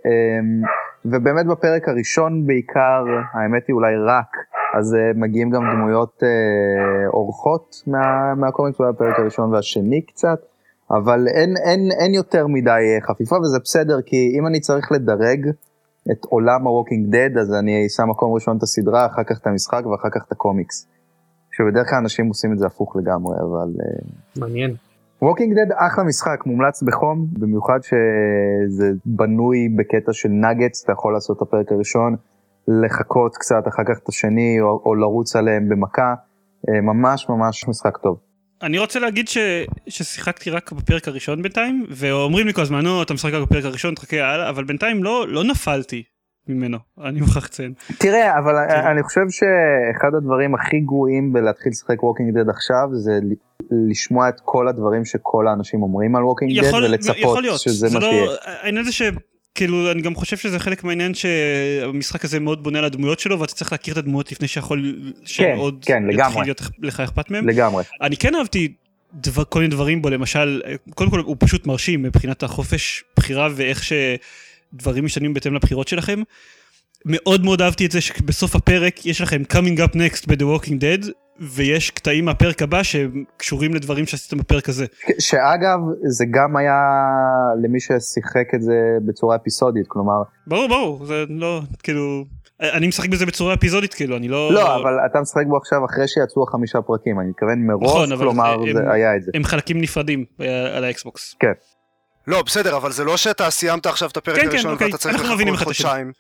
ובאמת בפרק הראשון בעיקר, האמת היא אולי רק, אז מגיעים גם דמויות אורחות מה, מהקומיקס, אולי הפרק הראשון והשני קצת, אבל אין, אין, אין יותר מדי חפיפה, וזה בסדר, כי אם אני צריך לדרג, את עולם ה-Walking Dead, אז אני שם מקום ראשון את הסדרה, אחר כך את המשחק ואחר כך את הקומיקס. שבדרך כלל אנשים עושים את זה הפוך לגמרי, אבל... מעניין. Walking Dead אחלה משחק, מומלץ בחום, במיוחד שזה בנוי בקטע של נגטס, אתה יכול לעשות את הפרק הראשון, לחכות קצת אחר כך את השני, או, או לרוץ עליהם במכה, ממש ממש משחק טוב. אני רוצה להגיד ש... ששיחקתי רק בפרק הראשון בינתיים, ואומרים לי כל הזמן, נו, אתה משחק רק בפרק הראשון, תחכה הלאה, אבל בינתיים לא, לא נפלתי ממנו, אני מוכרח לציין. תראה, אבל כן. אני חושב שאחד הדברים הכי גרועים בלהתחיל לשחק Walking Dead עכשיו, זה לשמוע את כל הדברים שכל האנשים אומרים על Walking Dead, ולצפות שזה מה שיהיה. העניין זה ש... כאילו, אני גם חושב שזה חלק מהעניין שהמשחק הזה מאוד בונה על הדמויות שלו, ואתה צריך להכיר את הדמויות לפני שיכול שעוד יתחיל להיות לך אכפת מהם. לגמרי. אני כן אהבתי דבר, כל מיני דברים בו, למשל, קודם כל הוא פשוט מרשים מבחינת החופש בחירה, ואיך שדברים משתנים בהתאם לבחירות שלכם. מאוד מאוד אהבתי את זה שבסוף הפרק יש לכם coming up next ב-The Walking Dead, ויש קטעים מהפרק הבא שקשורים לדברים שעשיתם בפרק הזה. שאגב, זה גם היה למי ששיחק את זה בצורה אפיסודית, כלומר... ברור, ברור, זה לא, כאילו... אני משחק בזה בצורה אפיסודית, כאילו, אני לא... לא, אבל אתה משחק בו עכשיו אחרי שיצאו החמישה פרקים, אני מתכוון מראש, כלומר, זה היה את זה. הם חלקים נפרדים על האקסבוקס. כן. לא, בסדר, אבל זה לא שאתה סיימת עכשיו את הפרק הראשון, ואתה צריך לחכות חודשיים.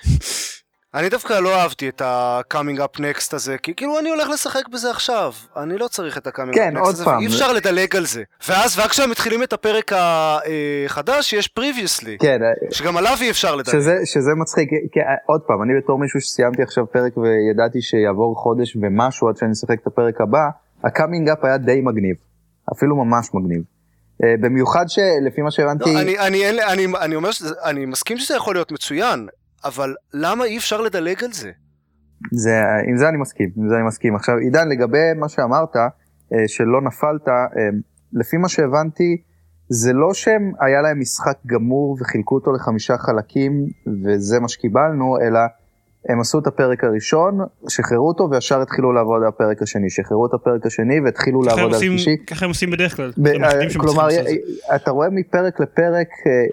אני דווקא לא אהבתי את ה-coming up next הזה, כי כאילו אני הולך לשחק בזה עכשיו, אני לא צריך את ה-coming כן, up next הזה, פעם. ואי אפשר לדלג על זה. ואז, רק כשהם מתחילים את הפרק החדש, יש previously, כן, שגם עליו אי אפשר לדלג. שזה, שזה מצחיק, כי, עוד פעם, אני בתור מישהו שסיימתי עכשיו פרק וידעתי שיעבור חודש ומשהו עד שאני אשחק את הפרק הבא, ה-coming up היה די מגניב, אפילו ממש מגניב. במיוחד שלפי מה שהבנתי... לא, אני, אני, אני, אני, אני אומר שזה, אני מסכים שזה יכול להיות מצוין, אבל למה אי אפשר לדלג על זה? זה, עם זה אני מסכים, עם זה אני מסכים. עכשיו, עידן, לגבי מה שאמרת, שלא נפלת, לפי מה שהבנתי, זה לא שהם היה להם משחק גמור וחילקו אותו לחמישה חלקים, וזה מה שקיבלנו, אלא הם עשו את הפרק הראשון, שחררו אותו, וישר התחילו לעבוד על הפרק השני. שחררו את הפרק השני, והתחילו לעבוד על השלישי. ככה הם עושים בדרך כלל. כלומר, אתה רואה מפרק לפרק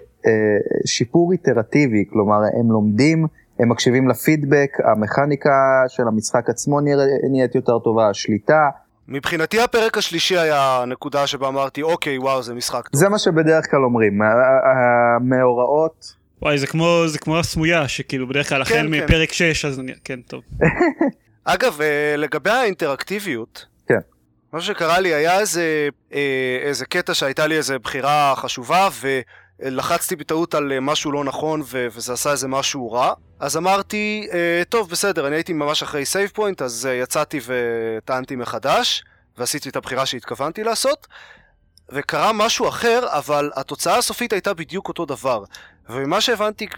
שיפור איטרטיבי, כלומר, הם לומדים, הם מקשיבים לפידבק, המכניקה של המשחק עצמו נהיית יותר טובה, השליטה. מבחינתי הפרק השלישי היה נקודה שבה אמרתי, אוקיי, וואו, זה משחק טוב. זה מה שבדרך כלל אומרים. המאורעות וואי, זה כמו, זה כמו הסמויה, שכאילו בדרך כלל החל מפרק שש, אז כן, טוב. אגב, לגבי האינטראקטיביות, כן. מה שקרה לי היה איזה, איזה קטע שהייתה לי איזה בחירה חשובה, ולחצתי בטעות על משהו לא נכון, ו- וזה עשה איזה משהו רע. אז אמרתי, טוב, בסדר, אני הייתי ממש אחרי סייב פוינט, אז יצאתי וטענתי מחדש, ועשיתי את הבחירה שהתכוונתי לעשות, וקרה משהו אחר, אבל התוצאה הסופית הייתה בדיוק אותו דבר. ומה שהבנתי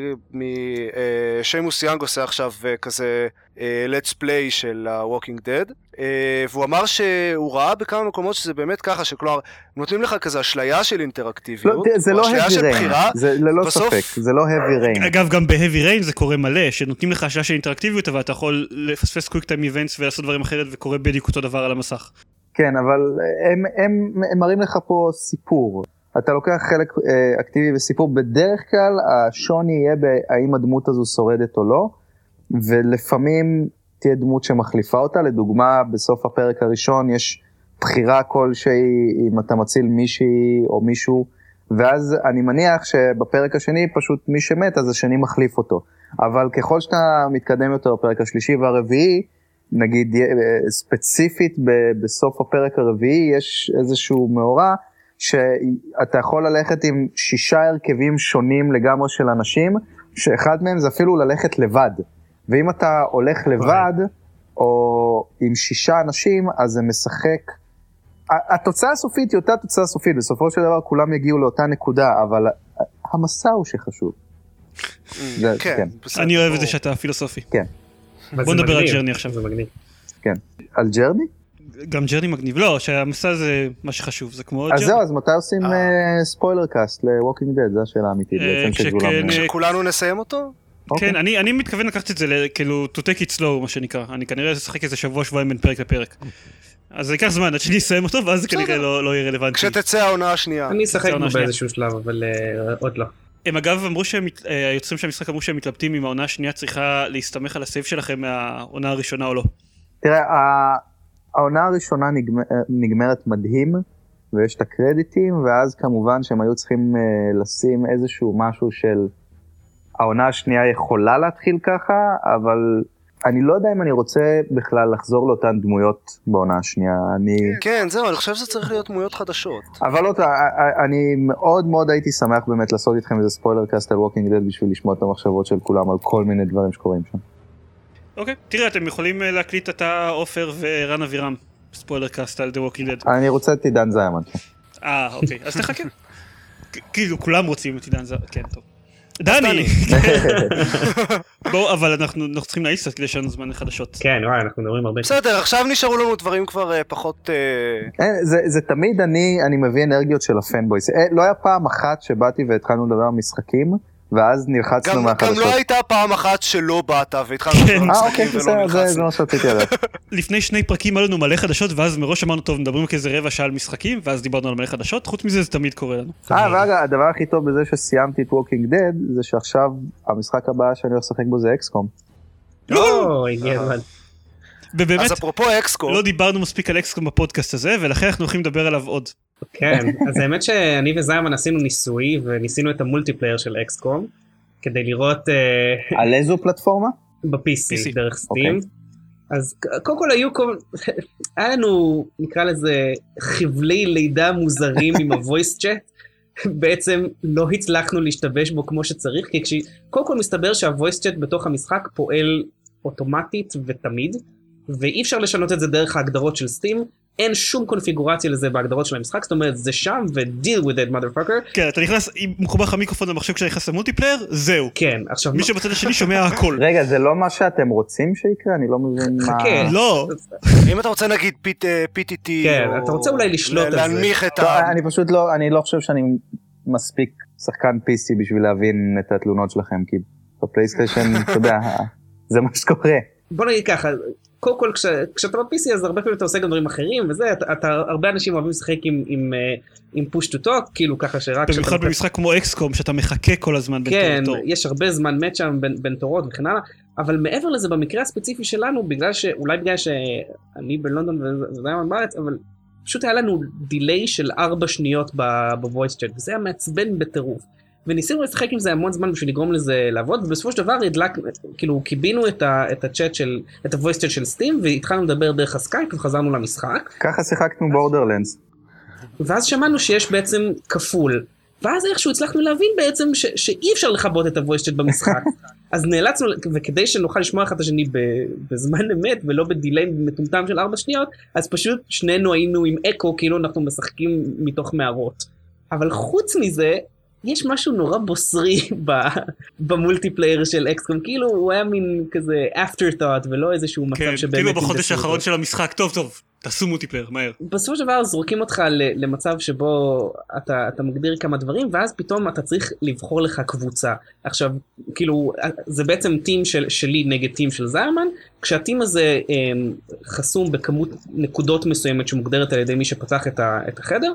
משיימוס יאנג עושה עכשיו כזה let's play של ה-Walking Dead, והוא אמר שהוא ראה בכמה מקומות שזה באמת ככה, שכלומר, נותנים לך כזה אשליה של אינטראקטיביות, זה לא heavy rain, זה ללא ספק, זה לא heavy rain. אגב, גם ב-heavy rain זה קורה מלא, שנותנים לך אשליה של אינטראקטיביות, אבל אתה יכול לפספס quick time events ולעשות דברים אחרת, וקורה בדיוק אותו דבר על המסך. כן, אבל הם, הם, הם מראים לך פה סיפור. אתה לוקח חלק אה, אקטיבי בסיפור, בדרך כלל השוני יהיה בהאם הדמות הזו שורדת או לא, ולפעמים תהיה דמות שמחליפה אותה. לדוגמה, בסוף הפרק הראשון יש בחירה כלשהי אם אתה מציל מישהי או מישהו, ואז אני מניח שבפרק השני פשוט מי שמת אז השני מחליף אותו. אבל ככל שאתה מתקדם יותר בפרק השלישי והרביעי, נגיד ספציפית בסוף הפרק הרביעי יש איזשהו מאורע שאתה יכול ללכת עם שישה הרכבים שונים לגמרי של אנשים, שאחד מהם זה אפילו ללכת לבד. ואם אתה הולך לבד או עם שישה אנשים, אז זה משחק. התוצאה הסופית היא אותה תוצאה סופית, בסופו של דבר כולם יגיעו לאותה נקודה, אבל המסע הוא שחשוב. כן. אני אוהב את זה שאתה פילוסופי. כן. בוא נדבר על ג'רני עכשיו. זה מגניב. כן. על ג'רני? גם ג'רני מגניב. לא, שהמסע זה מה שחשוב, זה כמו ג'רני. אז זהו, אז מתי עושים ספוילר קאסט ל-Walking Dead? זו השאלה האמיתית. שכולנו נסיים אותו? כן, אני מתכוון לקחת את זה כאילו to take it slow, מה שנקרא. אני כנראה אשחק איזה שבוע שבועיים בין פרק לפרק. אז זה ייקח זמן עד שאני אסיים אותו, ואז זה כנראה לא יהיה רלוונטי. כשתצא העונה השנייה. אני אשחק בו באיזשהו שלב, אבל עוד לא. הם אגב אמרו שהיוצרים של המשחק אמרו שהם מתלבטים אם העונה השנייה צריכה להסתמך על הסייב שלכם מהעונה הראשונה או לא. תראה, העונה הראשונה נגמרת מדהים, ויש את הקרדיטים, ואז כמובן שהם היו צריכים לשים איזשהו משהו של העונה השנייה יכולה להתחיל ככה, אבל אני לא יודע אם אני רוצה בכלל לחזור לאותן דמויות בעונה השנייה. אני... כן, זהו, אני חושב שזה צריך להיות דמויות חדשות. אבל לא, אני מאוד מאוד הייתי שמח באמת לעשות איתכם איזה ספוילר קאסט על Walking Dead בשביל לשמוע את המחשבות של כולם על כל מיני דברים שקורים שם. אוקיי, תראה, אתם יכולים להקליט אתה, עופר ורן אבירם, ספוילר קאסט על The Walking Dead. אני רוצה את עידן זיימן. אה, אוקיי, אז תחכה. כאילו, כולם רוצים את עידן זיימן, כן, טוב. דני! בואו, אבל אנחנו צריכים להעיס קצת כדי שיש לנו זמן לחדשות. כן, וואי, אנחנו מדברים הרבה. בסדר, עכשיו נשארו לנו דברים כבר פחות... זה תמיד אני מביא אנרגיות של הפנבויס. לא היה פעם אחת שבאתי והתחלנו לדבר על משחקים, ואז נלחצנו מהחדשות. גם לא הייתה פעם אחת שלא באת והתחלנו לדבר על משחקים ולא נלחצנו. זה מה שרציתי עליו. לפני שני פרקים עלינו מלא חדשות, ואז מראש אמרנו, טוב, מדברים כאיזה רבע שעה על משחקים, ואז דיברנו על מלא חדשות, חוץ מזה זה תמיד קורה לנו. אה, ואגב, הדבר הכי טוב בזה שסיימתי את Walking Dead, זה שעכשיו המשחק הבא שאני הולך לשחק בו זה אקסקום. או, הגיע הזמן. ובאמת, אז אפרופו אקסקום, לא דיברנו מספיק על אקסקום בפודקאסט הזה, ולכן אנחנו הולכים לדבר עליו עוד. כן, אז האמת שאני וזיימן עשינו ניסוי, וניסינו את המולטיפלייר של אקסקום, כדי לראות... על איזו פלטפורמה? ב-פי סי, דרך סטים. אז קודם כל היו, היה לנו, נקרא לזה, חבלי לידה מוזרים עם ה-voice chat, בעצם לא הצלחנו להשתבש בו כמו שצריך, כי קודם כל מסתבר שה-voice chat בתוך המשחק פועל אוטומטית ותמיד, ואי אפשר לשנות את זה דרך ההגדרות של סטים, אין שום קונפיגורציה לזה בהגדרות של המשחק, זאת אומרת, זה שם ו-deal with it, motherfucker. כן, אתה נכנס, אם מחובר לך מיקרופון למחשב כשאתה נכנס למולטיפלייר, זהו. כן, עכשיו... מי שבצד השני שומע הכל. רגע, זה לא מה שאתם רוצים שיקרה? אני לא מבין מה... חכה. לא. אם אתה רוצה נגיד פי טי טי, כן, אתה רוצה אולי לשלוט על זה. להנמיך את ה... אני פשוט לא, אני לא חושב שאני מספיק שחקן פי סי בשביל להבין את התלונות שלכם, כי בפלייסטיישן, אתה יודע, זה מה שקורה. בוא נגיד ככה, קודם כל, כש, כשאתה ב-פי סי, אז הרבה פעמים אתה עושה גם דברים אחרים, וזה, אתה, אתה, הרבה אנשים אוהבים לשחק עם, עם, עם push to talk, כאילו ככה שרק... במיוחד במשחק כמו אקסקום, שאתה מחכה כל הזמן בין כן, תור לתור. יש הרבה זמן מת שם בין, בין תורות וכן הלאה, אבל מעבר לזה, במקרה הספציפי שלנו, בגלל ש... אולי בגלל שאני בלונדון וזה היה בארץ, אבל פשוט היה לנו דיליי של ארבע שניות ב-voice chat, וזה היה מעצבן בטירוף. וניסינו לשחק עם זה המון זמן בשביל לגרום לזה לעבוד, ובסופו של דבר הדלק, כאילו קיבינו את, ה, את הצ'אט של, את הוויס צ'אט של סטים, והתחלנו לדבר דרך הסקייפ וחזרנו למשחק. ככה שיחקנו בורדרלנדס. ואז שמענו שיש בעצם כפול, ואז איכשהו הצלחנו להבין בעצם ש, שאי אפשר לחבות את הוויס צ'אט במשחק. אז נאלצנו, וכדי שנוכל לשמוע אחד את השני בזמן אמת, ולא בדיליי מטומטם של ארבע שניות, אז פשוט שנינו היינו עם אקו, כאילו אנחנו משחקים מתוך מערות. אבל חוץ מזה, יש משהו נורא בוסרי במולטיפלייר של אקסקום, כאילו הוא היה מין כזה afterthought, ולא איזשהו מצב שבאמת... כאילו בחודש האחרון של המשחק, טוב טוב, תעשו מולטיפלייר, מהר. בסופו של דבר זורקים אותך למצב שבו אתה, אתה מגדיר כמה דברים, ואז פתאום אתה צריך לבחור לך קבוצה. עכשיו, כאילו, זה בעצם טים של, שלי נגד טים של זיירמן, כשהטים הזה חסום בכמות נקודות מסוימת שמוגדרת על ידי מי שפתח את, ה, את החדר,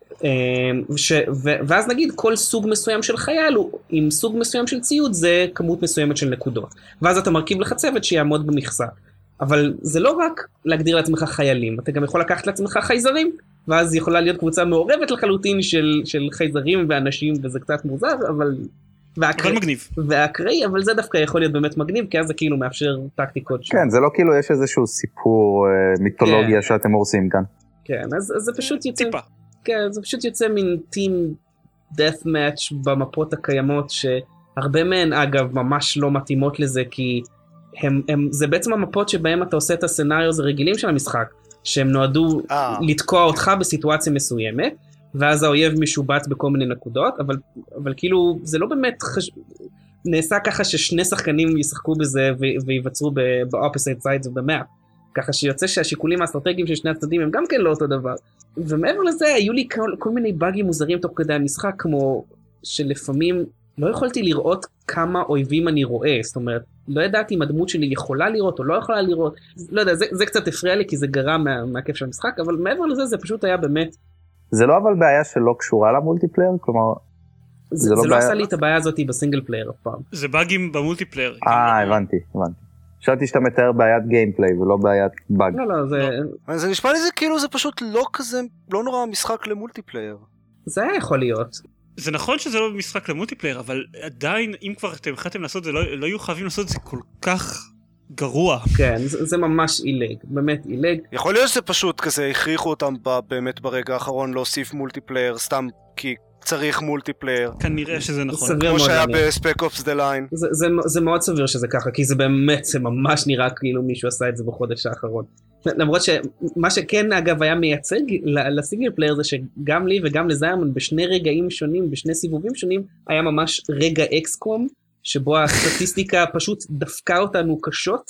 ש, ו, ואז נגיד כל סוג מסוים של חייל הוא, עם סוג מסוים של ציוד זה כמות מסוימת של נקודות, ואז אתה מרכיב לך צוות שיעמוד במכסה. אבל זה לא רק להגדיר לעצמך חיילים, אתה גם יכול לקחת לעצמך חייזרים, ואז יכולה להיות קבוצה מעורבת לחלוטין של, של חייזרים ואנשים, וזה קצת מוזר, אבל... אבל מגניב. והאקראי, אבל זה דווקא יכול להיות באמת מגניב, כי אז זה כאילו מאפשר טקטיקות. כן, זה לא כאילו יש איזשהו סיפור, מיתולוגיה שאתם הורסים כאן. כן, אז, אז זה פשוט יוצא... טיפה. כן, זה פשוט יוצא מין טים death match במפות הקיימות, שהרבה מהן אגב ממש לא מתאימות לזה, כי הם, הם, זה בעצם המפות שבהם אתה עושה את הסצנריוז הרגילים של המשחק, שהם נועדו oh. לתקוע אותך בסיטואציה מסוימת, ואז האויב משובץ בכל מיני נקודות, אבל, אבל כאילו זה לא באמת חש... נעשה ככה ששני שחקנים ישחקו בזה ו- ויווצרו ב-opposite sides of the map, ככה שיוצא שהשיקולים האסטרטגיים של שני הצדדים הם גם כן לא אותו דבר. ומעבר לזה היו לי כל, כל מיני באגים מוזרים תוך כדי המשחק, כמו שלפעמים לא יכולתי לראות כמה אויבים אני רואה, זאת אומרת, לא ידעתי אם הדמות שלי יכולה לראות או לא יכולה לראות, לא יודע, זה, זה קצת הפריע לי כי זה גרם מה, מהכיף של המשחק, אבל מעבר לזה זה פשוט היה באמת... זה לא אבל בעיה שלא קשורה למולטיפלייר? כלומר... זה, זה, לא, זה לא עשה לי את הבעיה הזאת בסינגל פלייר אף פעם. זה באגים במולטיפלייר. אה, הבנתי, הבנתי. חשבתי שאתה מתאר בעיית גיימפליי ולא בעיית באג. לא, לא, זה... זה נשמע לי זה כאילו זה פשוט לא כזה, לא נורא משחק למולטיפלייר. זה היה יכול להיות. זה נכון שזה לא משחק למולטיפלייר, אבל עדיין, אם כבר אתם החלטתם לעשות זה, לא, לא יהיו חייבים לעשות זה כל כך גרוע. כן, זה, זה ממש אילג, באמת אילג. יכול להיות שזה פשוט כזה, הכריחו אותם באמת ברגע האחרון להוסיף מולטיפלייר, סתם כי צריך מולטיפלייר. כנראה שזה נכון. כמו שהיה בספק אופס דה ליין. זה, זה, זה מאוד סביר שזה ככה, כי זה באמת, זה ממש נראה כאילו מישהו עשה את זה בחודש האחרון. למרות שמה שכן אגב היה מייצג לסינגל פלייר זה שגם לי וגם לזיירמן בשני רגעים שונים, בשני סיבובים שונים, היה ממש רגע אקסקום, שבו הסטטיסטיקה פשוט דפקה אותנו קשות,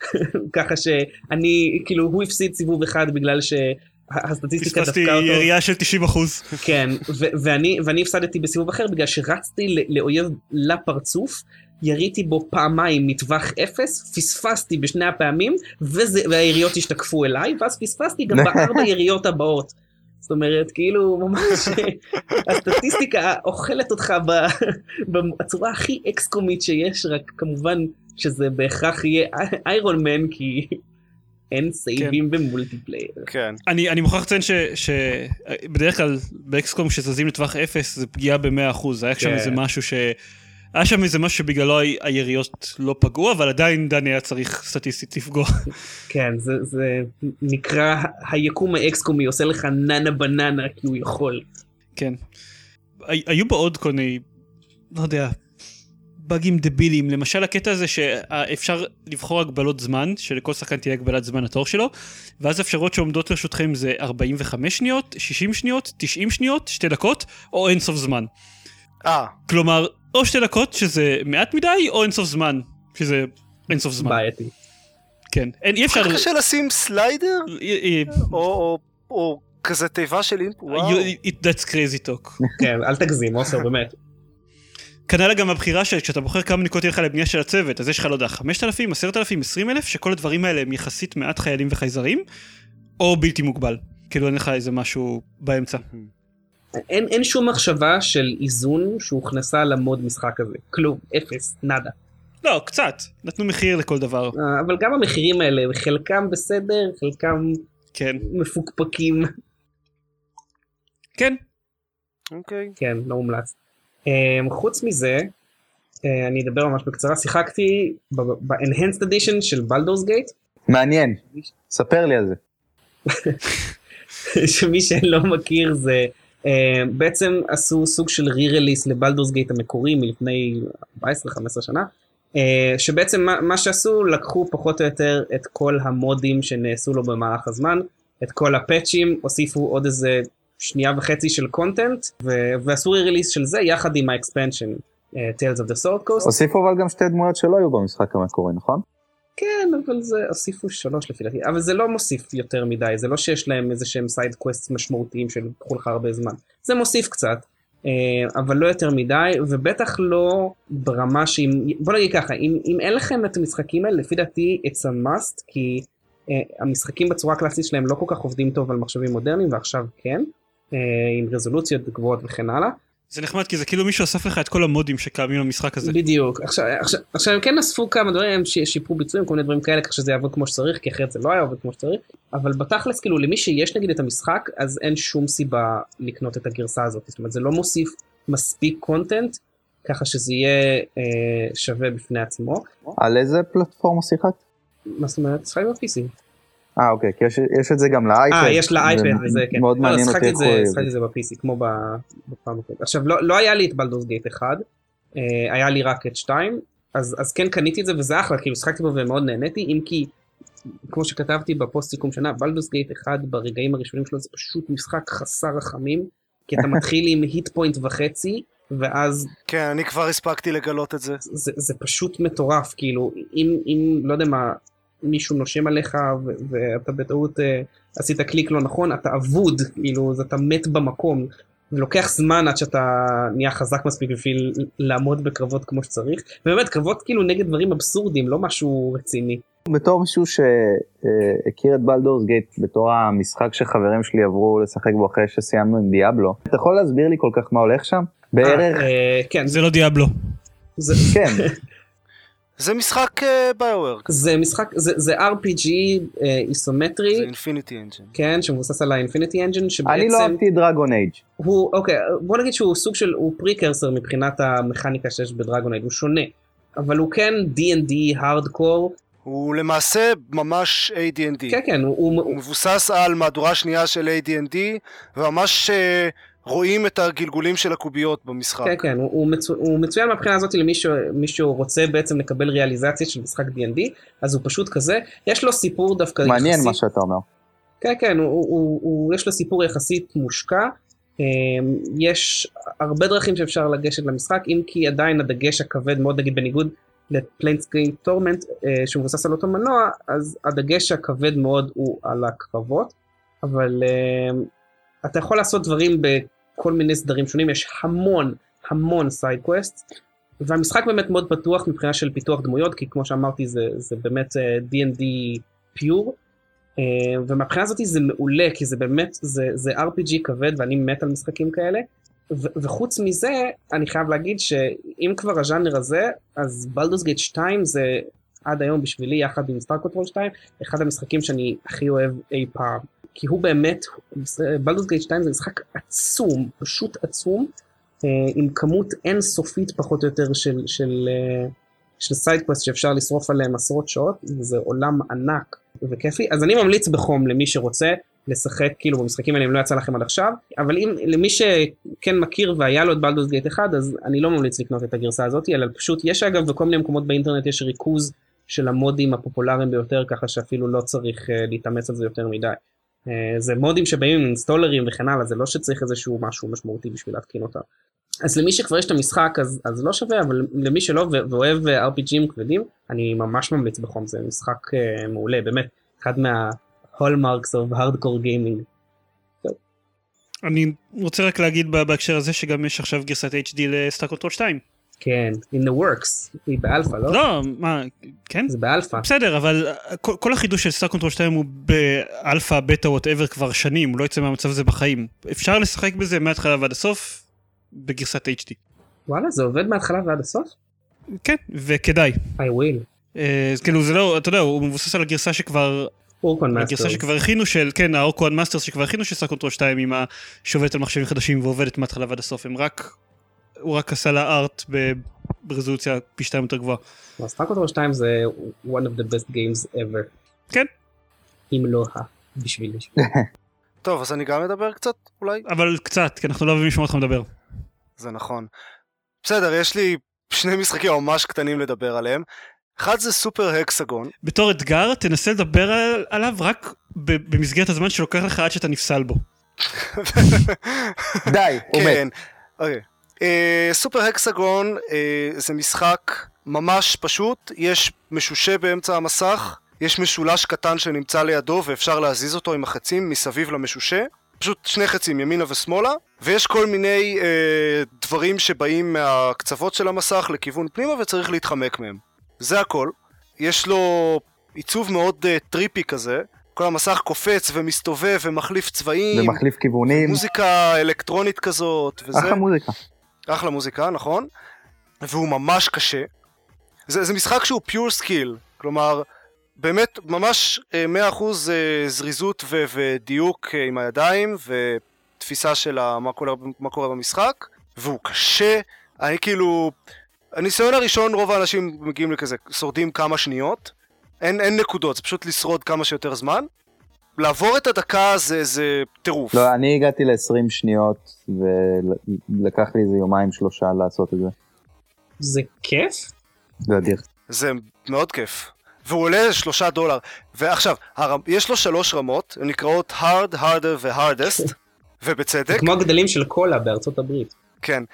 ככה שאני, כאילו הוא הפסיד סיבוב אחד בגלל שהסטטיסטיקה דפקה אותו. פספסתי ירייה של תשעים אחוז. כן, ואני, ואני הפסדתי בסיבוב אחר בגלל שרצתי לאויב לפרצוף, יריתי בו פעמיים מטווח אפס, פספסתי בשני הפעמים, והיריות השתקפו אליי, ואז פספסתי גם בארבע יריות הבאות. זאת אומרת, כאילו, ממש, הסטטיסטיקה אוכלת אותך בצורה הכי אקסקומית שיש, רק כמובן שזה בהכרח יהיה איירון מן, כי אין סייבים במולטיפלייר. כן. אני מוכרח לציין שבדרך כלל באקסקום שזזים לטווח אפס, זה פגיעה ב-מאה אחוז, היה שם איזה משהו ש... היה שם איזה משהו שבגללו היריות לא פגעו, אבל עדיין דני היה צריך סטטיסטית לפגוע. כן, זה, זה נקרא, היקום האקסקומי עושה לך ננה בננה כי הוא יכול. כן. היו בו עוד כל מיני, לא יודע, באגים דבילים, למשל הקטע הזה שאפשר לבחור הגבלות זמן, שלכל שחקן תהיה הגבלת זמן התור שלו, ואז האפשרות שעומדות לרשותכם זה ארבעים וחמש שניות, שישים שניות, תשעים שניות, שתי דקות, או אינסוף זמן. אה. כלומר, או שתי דקות שזה מעט מדי, או אינסוף זמן, שזה אינסוף זמן. בעייתי. כן. אי אפשר... קשה לשים סליידר? או כזה תיבה של אינפוט? That's crazy talk. כן, אל תגזים, עושה, באמת. כנראה גם הבחירה שכשאתה בוחר כמה נקודות יהיה לך לבנייה של הצוות, אז יש לך לא יודע, חמשת אלפים, עשרת אלפים, עשרים אלף, שכל הדברים האלה הם יחסית מעט חיילים וחייזרים, או בלתי מוגבל. כאילו אין לך איזה משהו באמצע. אין, אין שום מחשבה של איזון שהוכנסה למוד משחק הזה. כלום, אפס, נדה. לא, קצת. נתנו מחיר לכל דבר. אבל גם המחירים האלה, חלקם בסדר, חלקם כן. מפוקפקים. כן. אוקיי. כן, לא מומלץ. חוץ מזה, אני אדבר ממש בקצרה, שיחקתי ב-Enhanced Edition של Baldur's Gate. מעניין, ספר לי על זה. שמי שלא מכיר זה, בעצם עשו סוג של re-release לבלדורס גייט המקורי מלפני ארבע עשרה חמש עשרה שנה, שבעצם מה, מה שעשו, לקחו פחות או יותר את כל המודים שנעשו לו במהלך הזמן, את כל הפאצ'ים, הוסיפו עוד איזה שנייה וחצי של קונטנט, ועשו re-release של זה יחד עם ה-expansion, uh, Tales of the Sword Coast. הוסיפו אבל גם שתי דמויות שלא היו במשחק המקורי, נכון? כן, אבל זה הוסיפו שלוש לפי דעתי, אבל זה לא מוסיף יותר מדי, זה לא שיש להם איזה שהם סייד קווסט משמעותיים שלקחו לך הרבה זמן, זה מוסיף קצת, אבל לא יותר מדי, ובטח לא ברמה שאם, בוא נגיד ככה, אם, אם אין לכם את המשחקים האלה, לפי דעתי it's a must, כי uh, המשחקים בצורה הקלאסית שלהם לא כל כך עובדים טוב על מחשבים מודרניים, ועכשיו כן, uh, עם רזולוציות גבוהות וכן הלאה, זה נחמד, כי זה כאילו מישהו אסף לך את כל המודים שקיימים למשחק הזה. בדיוק. עכשיו, עכשיו, עכשיו הם כן אספו כמה דברים, שיפרו ביצועים, כל מיני דברים כאלה, כך שזה יעבוד כמו שצריך, כי אחרת זה לא היה עובד כמו שצריך, אבל בתכלס, כאילו, למי שיש נגיד את המשחק, אז אין שום סיבה לקנות את הגרסה הזאת. זאת אומרת, זה לא מוסיף מספיק קונטנט, ככה שזה יהיה אה, שווה בפני עצמו. על איזה פלטפורמה שיחקת? מה זאת אומרת? שחק ב-פי סי. אה, אוקיי, כי יש, יש את זה גם לאייפד. אה, יש לאייפד וזה, כן. מאוד מעניין אותי איך הוא... שחקתי את זה ב-פי סי, כמו בפעם הקודמת. עכשיו, לא, לא היה לי את בלדורס גייט אחד, היה לי רק את שתיים, אז, אז כן קניתי את זה, וזה אחלה, כאילו שחקתי בו ומאוד נהניתי, אם כי, כמו שכתבתי בפוסט סיכום שנה, בלדורס גייט אחד ברגעים הראשונים שלו, זה פשוט משחק חסר רחמים, כי אתה מתחיל עם היט פוינט וחצי, ואז... כן, אני כבר הספקתי לגלות את זה. זה, זה פשוט מטורף, כאילו, אם, אם, לא יודע מה, מישהו נושם עליך, ו- ואתה בטעות uh, עשית קליק לא נכון, אתה אבוד, כאילו, אתה מת במקום, ולוקח זמן עד שאתה נהיה חזק מספיק בשביל לעמוד בקרבות כמו שצריך, ובאמת, קרבות כאילו נגד דברים אבסורדים, לא משהו רציני. בתור מישהו שהכיר את בלדורס גייט, בתור המשחק שחברים שלי עברו לשחק בו אחרי שסיימנו עם דיאבלו, אתה יכול להסביר לי כל כך מה הולך שם? בערך? כן. זה לא דיאבלו. כן. זה משחק ביואוורק. זה משחק, זה אר פי ג'י איסומטרי. זה אינפיניטי אנג'ן. כן, שמבוסס על האינפיניטי אנג'ן, שבעצם... אני לא אהבתי דרגון אייג'. הוא, אוקיי, בוא נגיד שהוא סוג של, הוא פריקרסר מבחינת המכניקה שיש בדרגון אייג', הוא שונה. אבל הוא כן די אנד די הארדקור. הוא למעשה ממש איי די אנד די. כן, כן, הוא... הוא מבוסס על מהדורה שנייה של איי די אנד די, וממש... רואים את הגלגולים של הקוביות במשחק. כן, כן, הוא, הוא, מצו, הוא מצוין מהבחינה הזאת למישהו רוצה בעצם לקבל ריאליזציה של משחק די אנד די, אז הוא פשוט כזה, יש לו סיפור דווקא מעניין יחסית... מה שאתה אומר. כן, כן, הוא, הוא, הוא, יש לו סיפור יחסית מושקע, יש הרבה דרכים שאפשר לגשת למשחק, אם כי עדיין הדגש הכבד מאוד, נגיד בניגוד לפליינסקריין טורמנט, שמבוסס על אותו מנוע, אז הדגש הכבד מאוד הוא על הקרבות, אבל אתה יכול לעשות דברים בכל מיני סדרים שונים, יש המון, המון סייד קווסט, והמשחק באמת מאוד פתוח מבחינה של פיתוח דמויות, כי כמו שאמרתי זה, זה באמת די אנד די פיור, ומבחינה הזאת זה מעולה, כי זה באמת, זה, זה אר פי ג'י כבד, ואני מת על משחקים כאלה, ו- וחוץ מזה, אני חייב להגיד שאם כבר הז'אנר הזה, אז בלדורס גייט שתיים זה עד היום בשבילי, יחד עם סטאר קונטרול שתיים, אחד המשחקים שאני הכי אוהב אי פעם, כי הוא באמת, בלדורס גייט שתיים זה משחק עצום, פשוט עצום, עם כמות אינסופית פחות או יותר של, של, של סיידקווסט שאפשר לשרוף עליהם עשרות שעות, וזה עולם ענק וכיפי, אז אני ממליץ בחום למי שרוצה לשחק, כאילו במשחקים האלה אם לא יצא לכם עד עכשיו, אבל אם למי שכן מכיר והיה לו את בלדורס גייט אחד, אז אני לא ממליץ לקנות את הגרסה הזאת, אלא פשוט יש אגב בכל מיני מקומות באינטרנט יש ריכוז של המודים הפופולריים ביותר, ככה שאפילו לא צריך להתאמץ על זה יותר מדי. זה מודים שבאים עם אינסטולרים וכן הלאה, זה לא שצריך איזשהו משהו משמעותי בשביל להתקין אותה. אז למי שכבר יש את המשחק, אז, אז לא שווה, אבל למי שלא ואוהב אר פי ג'ים כבדים, אני ממש ממליץ בחום, זה משחק uh, מעולה, באמת, אחד מה-hallmarks of hardcore gaming. אני רוצה רק להגיד בהקשר הזה, שגם יש עכשיו גרסת אייץ' די לסטאר קונטרול שתיים. כן, in the works, היא באלפא, לא? לא, מה, כן? זה באלפא. בסדר, אבל כל, כל החידוש של סטאר קונטרול שתיים הוא באלפא, בטא, whatever כבר שנים, הוא לא יצא מהמצב הזה בחיים. אפשר לשחק בזה מההתחלה ועד הסוף, בגרסת אייץ' די. וואלה, זה עובד מההתחלה ועד הסוף? כן, וכדאי. I will. אז כאילו זה לא, אתה יודע, הוא מבוסס על הגרסה שכבר... אורקון מאסטרס. הגרסה שכבר הכינו של, כן, האורקון מאסטרס שכבר הכינו של סטאר קונטרול שתיים עם השובט על מחשבים חדשים ועובדת מההתחלה ועד הסוף, הם רק הוא רק עשה לה ארט ברזולוציה פי שתיים יותר גבוהה. סטארקרפט שתיים זה one of the best games ever. כן. אם לא ה, בשבילי. טוב, אז אני גם מדבר קצת, אולי? אבל קצת, כי אנחנו לא אוהבים לשמוע אותך מדבר. זה נכון. בסדר, יש לי שני משחקים ממש קטנים לדבר עליהם. אחד זה סופר הקסגון. בתור אתגר, תנסה לדבר עליו רק במסגרת הזמן שלוקח לך עד שאתה נפסל בו. די, כן, אוקיי. סופר הקסגון זה משחק ממש פשוט, יש משושה באמצע המסך, יש משולש קטן שנמצא לידו ואפשר להזיז אותו עם החצים מסביב למשושה, פשוט שני חצים ימינה ושמאלה, ויש כל מיני אה, דברים שבאים מהקצוות של המסך לכיוון פנימה וצריך להתחמק מהם. זה הכל. יש לו עיצוב מאוד אה, טריפי כזה, כל המסך קופץ ומסתובב ומחליף צבעים. ומחליף כיוונים. מוזיקה אלקטרונית כזאת וזה. אחלה מוזיקה. אחלה מוזיקה, נכון. והוא ממש קשה. זה, זה משחק שהוא פיור סקיל, כלומר, באמת ממש מאה אחוז זריזות ו- ודיוק עם הידיים ותפיסה של מה קורה, מה קורה במשחק, והוא קשה. אני כאילו, הניסיון הראשון רוב האנשים מגיעים לכזה, שורדים כמה שניות, אין, אין נקודות, זה פשוט לשרוד כמה שיותר זמן. לעבור את הדקה זה, זה טירוף. לא, אני הגעתי ל-עשרים שניות ולקח לי איזה יומיים שלושה לעשות את זה. זה כיף? זה אדיר. זה מאוד כיף. והוא עולה שלושה דולר. ועכשיו, הר... יש לו שלוש רמות, הן נקראות hard, harder ו-hardest, ובצדק. זה כמו הגדלים של קולה בארצות הברית. כן.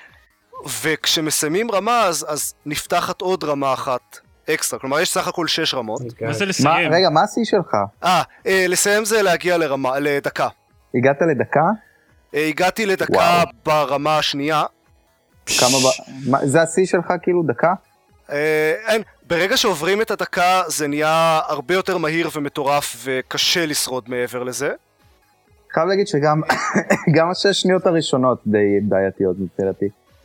וכשמסיימים רמה, אז, אז נפתחת עוד רמה אחת אקסטרה. כלומר, יש סך הכל שש רמות. מה זה לסיים? מה, רגע, מה השיא שלך? אה, אה, לסיים זה להגיע לרמה, לדקה. הגעת לדקה? אה, הגעתי לדקה וואו. ברמה השנייה. כמה ב... מה, זה השיא שלך כאילו דקה? אה, אין, ברגע שעוברים את הדקה זה נהיה הרבה יותר מהיר ומטורף וקשה לשרוד מעבר לזה. חייב להגיד שגם גם השש שניות הראשונות די בעייתיות מבחינתי.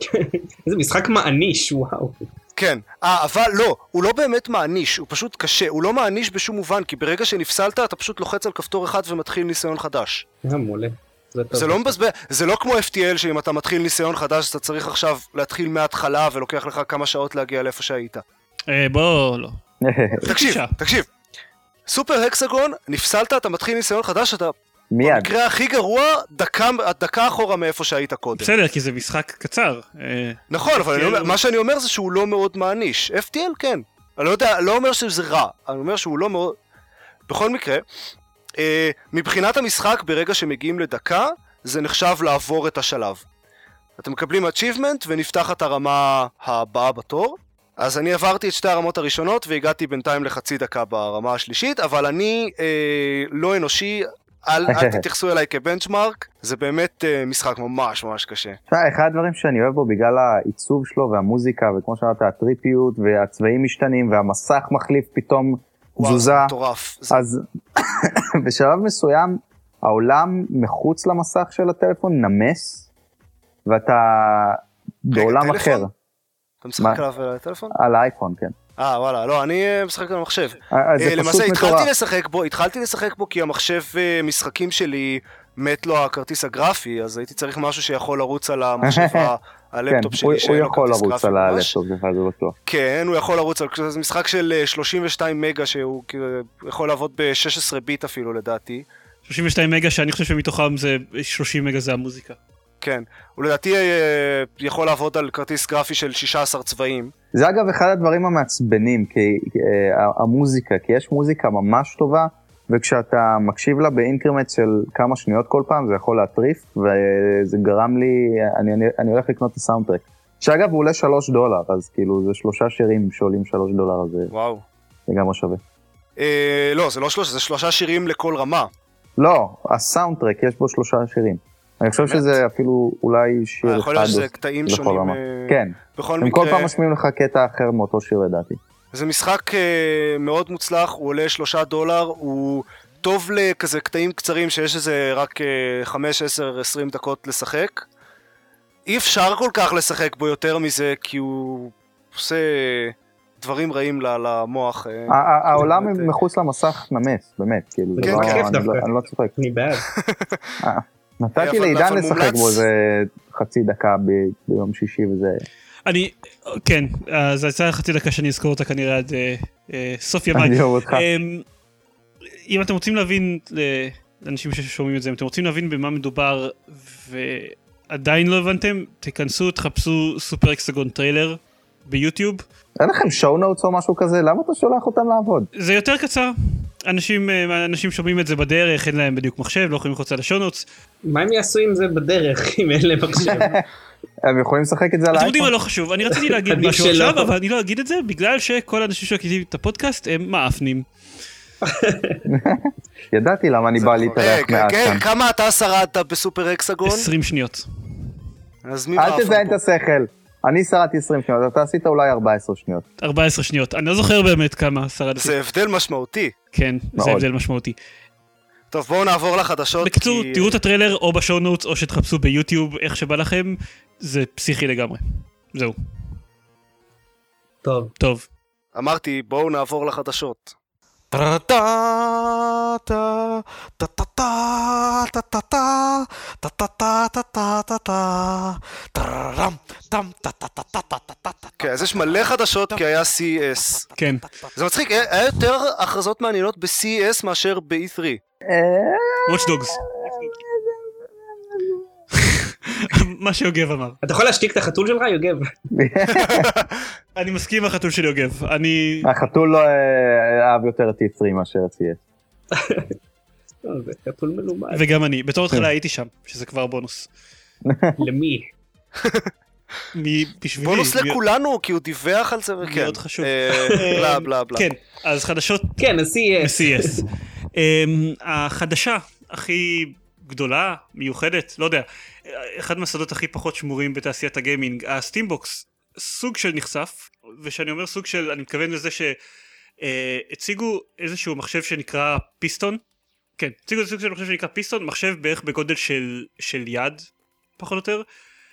זה משחק מעניש, וואו. כן, אה, אבל לא, הוא לא באמת מעניש, הוא פשוט קשה, הוא לא מעניש בשום מובן, כי ברגע שנפסלת אתה פשוט לוחץ על כפתור אחד ומתחיל ניסיון חדש. זה מולה. זה, זה לא מבזבז, זה לא כמו אף טי אל שאם אתה מתחיל ניסיון חדש אתה צריך עכשיו להתחיל מההתחלה ולוקח לך כמה שעות להגיע לאיפה שהיית. אה, בוא, לא. תקשיב, תקשיב. סופר הקסגון, נפסלת, אתה מתחיל ניסיון חדש, אתה מיד. במקרה הכי גרוע, דקה, דקה אחורה מאיפה שהיית קודם. בסדר, כי זה משחק קצר. נכון, אבל אני אומר, מה שאני אומר זה שהוא לא מאוד מעניש. אף טי אל כן. אני לא יודע, לא אומר שזה רע, אני אומר שהוא לא מאוד... בכל מקרה, אה, מבחינת המשחק, ברגע שמגיעים לדקה, זה נחשב לעבור את השלב. אתם מקבלים achievement ונפתחת הרמה הבאה בתור. אז אני עברתי את שתי הרמות הראשונות והגעתי בינתיים לחצי דקה ברמה השלישית, אבל אני אה, לא אנושי, אל, אל תתייחסו אליי כבנצ'מרק, זה באמת אה, משחק ממש ממש קשה. אחד הדברים שאני אוהב בו בגלל העיצוב שלו והמוזיקה, וכמו שאמרת, הטריפיות והצבעים משתנים והמסך מחליף פתאום תזוזה. וואו, זה מטורף. אז בשלב מסוים העולם מחוץ למסך של הטלפון נמס, ואתה בעולם אחר. אתה משחק עליו על הטלפון? על האייפון, כן. אה, וואלה, לא, אני משחק על המחשב. זה למעשה, פשוט מטורף. התחלתי לשחק בו, התחלתי לשחק בו כי המחשב משחקים שלי מת לו הכרטיס הגרפי, אז הייתי צריך משהו שיכול לרוץ על המחשב הלפטופ שלי, הוא יכול לרוץ על הלפטופ, זה בטוח. כן, הוא יכול לרוץ על... זה משחק של שלושים ושתיים מגה, שהוא יכול לעבוד ב-שש עשרה ביט אפילו, לדעתי. שלושים ושתיים מגה, שאני חושב שמתוכם זה שלושים מגה זה המוזיקה. כן, הוא לדעתי יכול לעבוד על כרטיס גרפי של שישה עשר צבעים. זה אגב אחד הדברים המעצבנים, כי המוזיקה, כי יש מוזיקה ממש טובה, וכשאתה מקשיב לה באינקרמט של כמה שניות כל פעם, זה יכול להטריף, וזה גרם לי, אני, אני, אני הולך לקנות את הסאונדטרק. שאגב הוא עולה שלוש דולר, אז כאילו זה שלושה שירים שעולים שלוש דולר, אז וואו. זה גם לא שווה. אה, לא, זה לא שלושה, זה שלושה שירים לכל רמה. לא, הסאונדטרק יש בו שלושה שירים. אני חושב שזה אפילו אולי שיר אחד. יכול להיות שזה קטעים שונים. כן, הם כל פעם משמיעים לך קטע אחר מאותו שיר לדעתי. זה משחק מאוד מוצלח, הוא עולה שלושה דולר, הוא טוב לכזה קטעים קצרים שיש איזה רק חמש, עשר, עשרים דקות לשחק. אי אפשר כל כך לשחק בו יותר מזה, כי הוא עושה דברים רעים למוח. העולם מחוץ למסך נמס, באמת, כאילו, אני לא צוחק. אני בעד. נתתי לעידן לשחק בו איזה חצי דקה ב- ביום שישי וזה... אני, כן, אז זה יצא חצי דקה שאני אזכור אותה כנראה עד אה, אה, סוף ימיי. אני אוהב אותך. אה, אם אתם רוצים להבין, לאנשים ששומעים את זה, אם אתם רוצים להבין במה מדובר ועדיין לא הבנתם, תיכנסו, תחפשו סופר אקסגון טריילר ביוטיוב. אין לכם שואו נוטס או משהו כזה? למה אתה שולח אותם לעבוד? זה יותר קצר. אנשים, אנשים שומעים את זה בדרך, אין להם בדיוק מחשב, לא יכולים לחוץ על השואו נוטס. מה הם יעשו עם זה בדרך, אם אין להם מחשב? הם יכולים לשחק את זה על אתם יודעים מה האייפון? לא חשוב, אני רציתי להגיד משהו עכשיו, אבל אני לא אגיד את זה, בגלל שכל האנשים שמקליטים את הפודקאסט הם מאפנים. ידעתי למה אני בא להתארח מעט כאן. כמה אתה שרדת בסופר אקסגון? עשרים שניות. אז מי אל מאפן תזיין את פה? השכל. אני שרדתי עשרים שניות, אתה עשית אולי ארבע עשרה שניות. ארבע עשרה שניות, אני לא זוכר באמת כמה שרדתי. זה הבדל משמעותי. כן, זה מאוד. הבדל משמעותי. טוב, בואו נעבור לחדשות. בקיצור, כי- תראו את הטריילר או בשואו נוטס או שתחפשו ביוטיוב, איך שבא לכם, זה פסיכי לגמרי. זהו, טוב. טוב. אמרתי, בואו נעבור לחדשות. כן, אז יש מלא חדשות כי היה סי אי אס. כן. זה מצחיק, היה יותר הכרזות מעניינות ב-סי אי אס מאשר ב-אי תרי. Watch Dogs. מה שיוגב אמר. אתה יכול להשתיק את החתול שלך, יוגב? אני מסכים עם החתול של יוגב. אני... החתול לא אה, אהב יותר את אי תרי מאשר את סי אס. זה חתול מלומד. וגם אני. בתור התחלה הייתי שם, שזה כבר בונוס. למי? מי בשבילי. בונוס מי- לכולנו, כי הוא דיווח על זה וכן. מאוד חשוב. אה, בלה בלה בלה. כן, אז חדשות כן, אז סי אס. ב-סי אס. החדשה הכי גדולה, מיוחדת, לא יודע, אחד מהסודות הכי פחות שמורים בתעשיית הגיימינג, הסטימבוקס, סוג של נחשף, ושאני אומר סוג של, אני מתכוון לזה שהציגו איזשהו מחשב שנקרא פיסטון, כן, הציגו איזשהו סוג של מחשב שנקרא פיסטון, מחשב בערך בגודל של, של יד, פחות או יותר,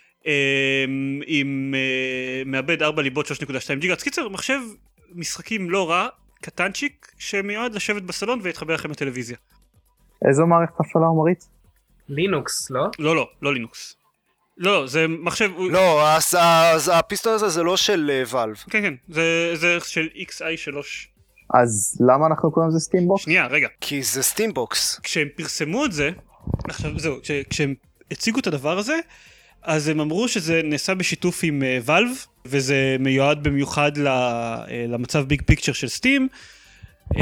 עם מעבד ארבע ליבות שלוש נקודה שתיים ג'יגה, אז קיצר, מחשב משחקים לא רע, קטנצ'יק, שמיועד לשבת בסלון ולהתחבר לכם לטלוויזיה. איזו מערכת הפעלה הוא מריץ? לינוקס, לא? לא, לא, לא לינוקס. לא, לא, זה מחשב... לא, אז- אז הפיסטון הזה זה לא של ואלב. כן, כן, זה, זה של אקס איי שלוש. אז למה אנחנו קוראים לזה סטימבוקס? שנייה, רגע. כי זה סטימבוקס. כשהם פרסמו את זה, עכשיו זהו, כש, כשהם הציגו את הדבר הזה, אז הם אמרו שזה נעשה בשיתוף עם ואלב, uh, וזה מיועד במיוחד ל, uh, למצב ביג פיקצ'ר של סטים, um,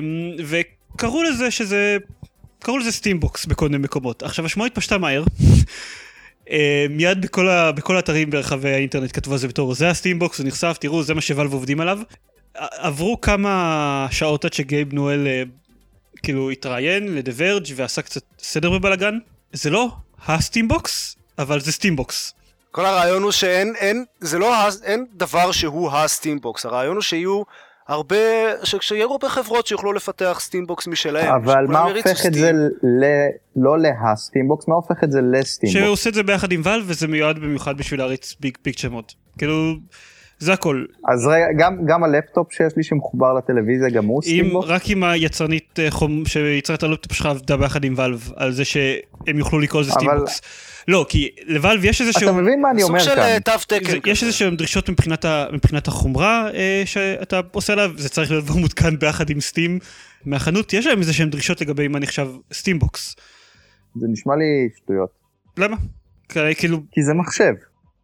וקראו לזה שזה, קראו לזה סטימבוקס בכל מיני מקומות. עכשיו השמועה התפשטה מהר, uh, מיד בכל, ה, בכל האתרים ברחבי האינטרנט כתבו על זה בתור, זה הסטימבוקס, הוא נחשף, תראו, זה מה שוואלב עובדים עליו. עברו כמה שעות עד שגייב נואל uh, כאילו התראיין לדברג' ועשה קצת סדר בבלגן. זה לא הסטימבוקס, אבל זה סטימבוקס. כל הרעיון הוא שאין, אין, זה לא, ה- אין דבר שהוא הסטימבוקס. הרעיון הוא שיהיו הרבה, שיהיו הרבה חברות שיוכלו לפתח סטימבוקס משלהם. אבל מה שכולם יריצו הופך את סטים. זה ל... לא להסטימבוקס, מה הופך את זה לסטימבוקס? שהוא עושה את זה ביחד עם ואלב, וזה מיועד במיוחד בשביל להריץ ביג פיקצ'ר מוד. כאילו, זה הכל. אז רגע, גם, גם הלפטופ שיש לי שמחובר לטלוויזיה, גם הוא אם, סטימבוקס? רק אם היצרנית אה, חום שיצרה את הלפטופ שלך עבדה ביחד עם ואלב, על זה שהם יוכלו לקרוא לזה אבל- סטימבוקס. לא, כי לוואלב יש איזשהו... אתה מבין מה אני סוג אומר של כאן? אה, תו תקן זה, יש כזה. איזשהם דרישות מבחינת, ה, מבחינת החומרה אה, שאתה עושה עליו, זה צריך להיות כבר מותקן ביחד עם סטים מהחנות, יש להם איזשהם דרישות לגבי מה נחשב סטימבוקס. זה נשמע לי שטויות. למה? כי- כאילו, כי זה מחשב,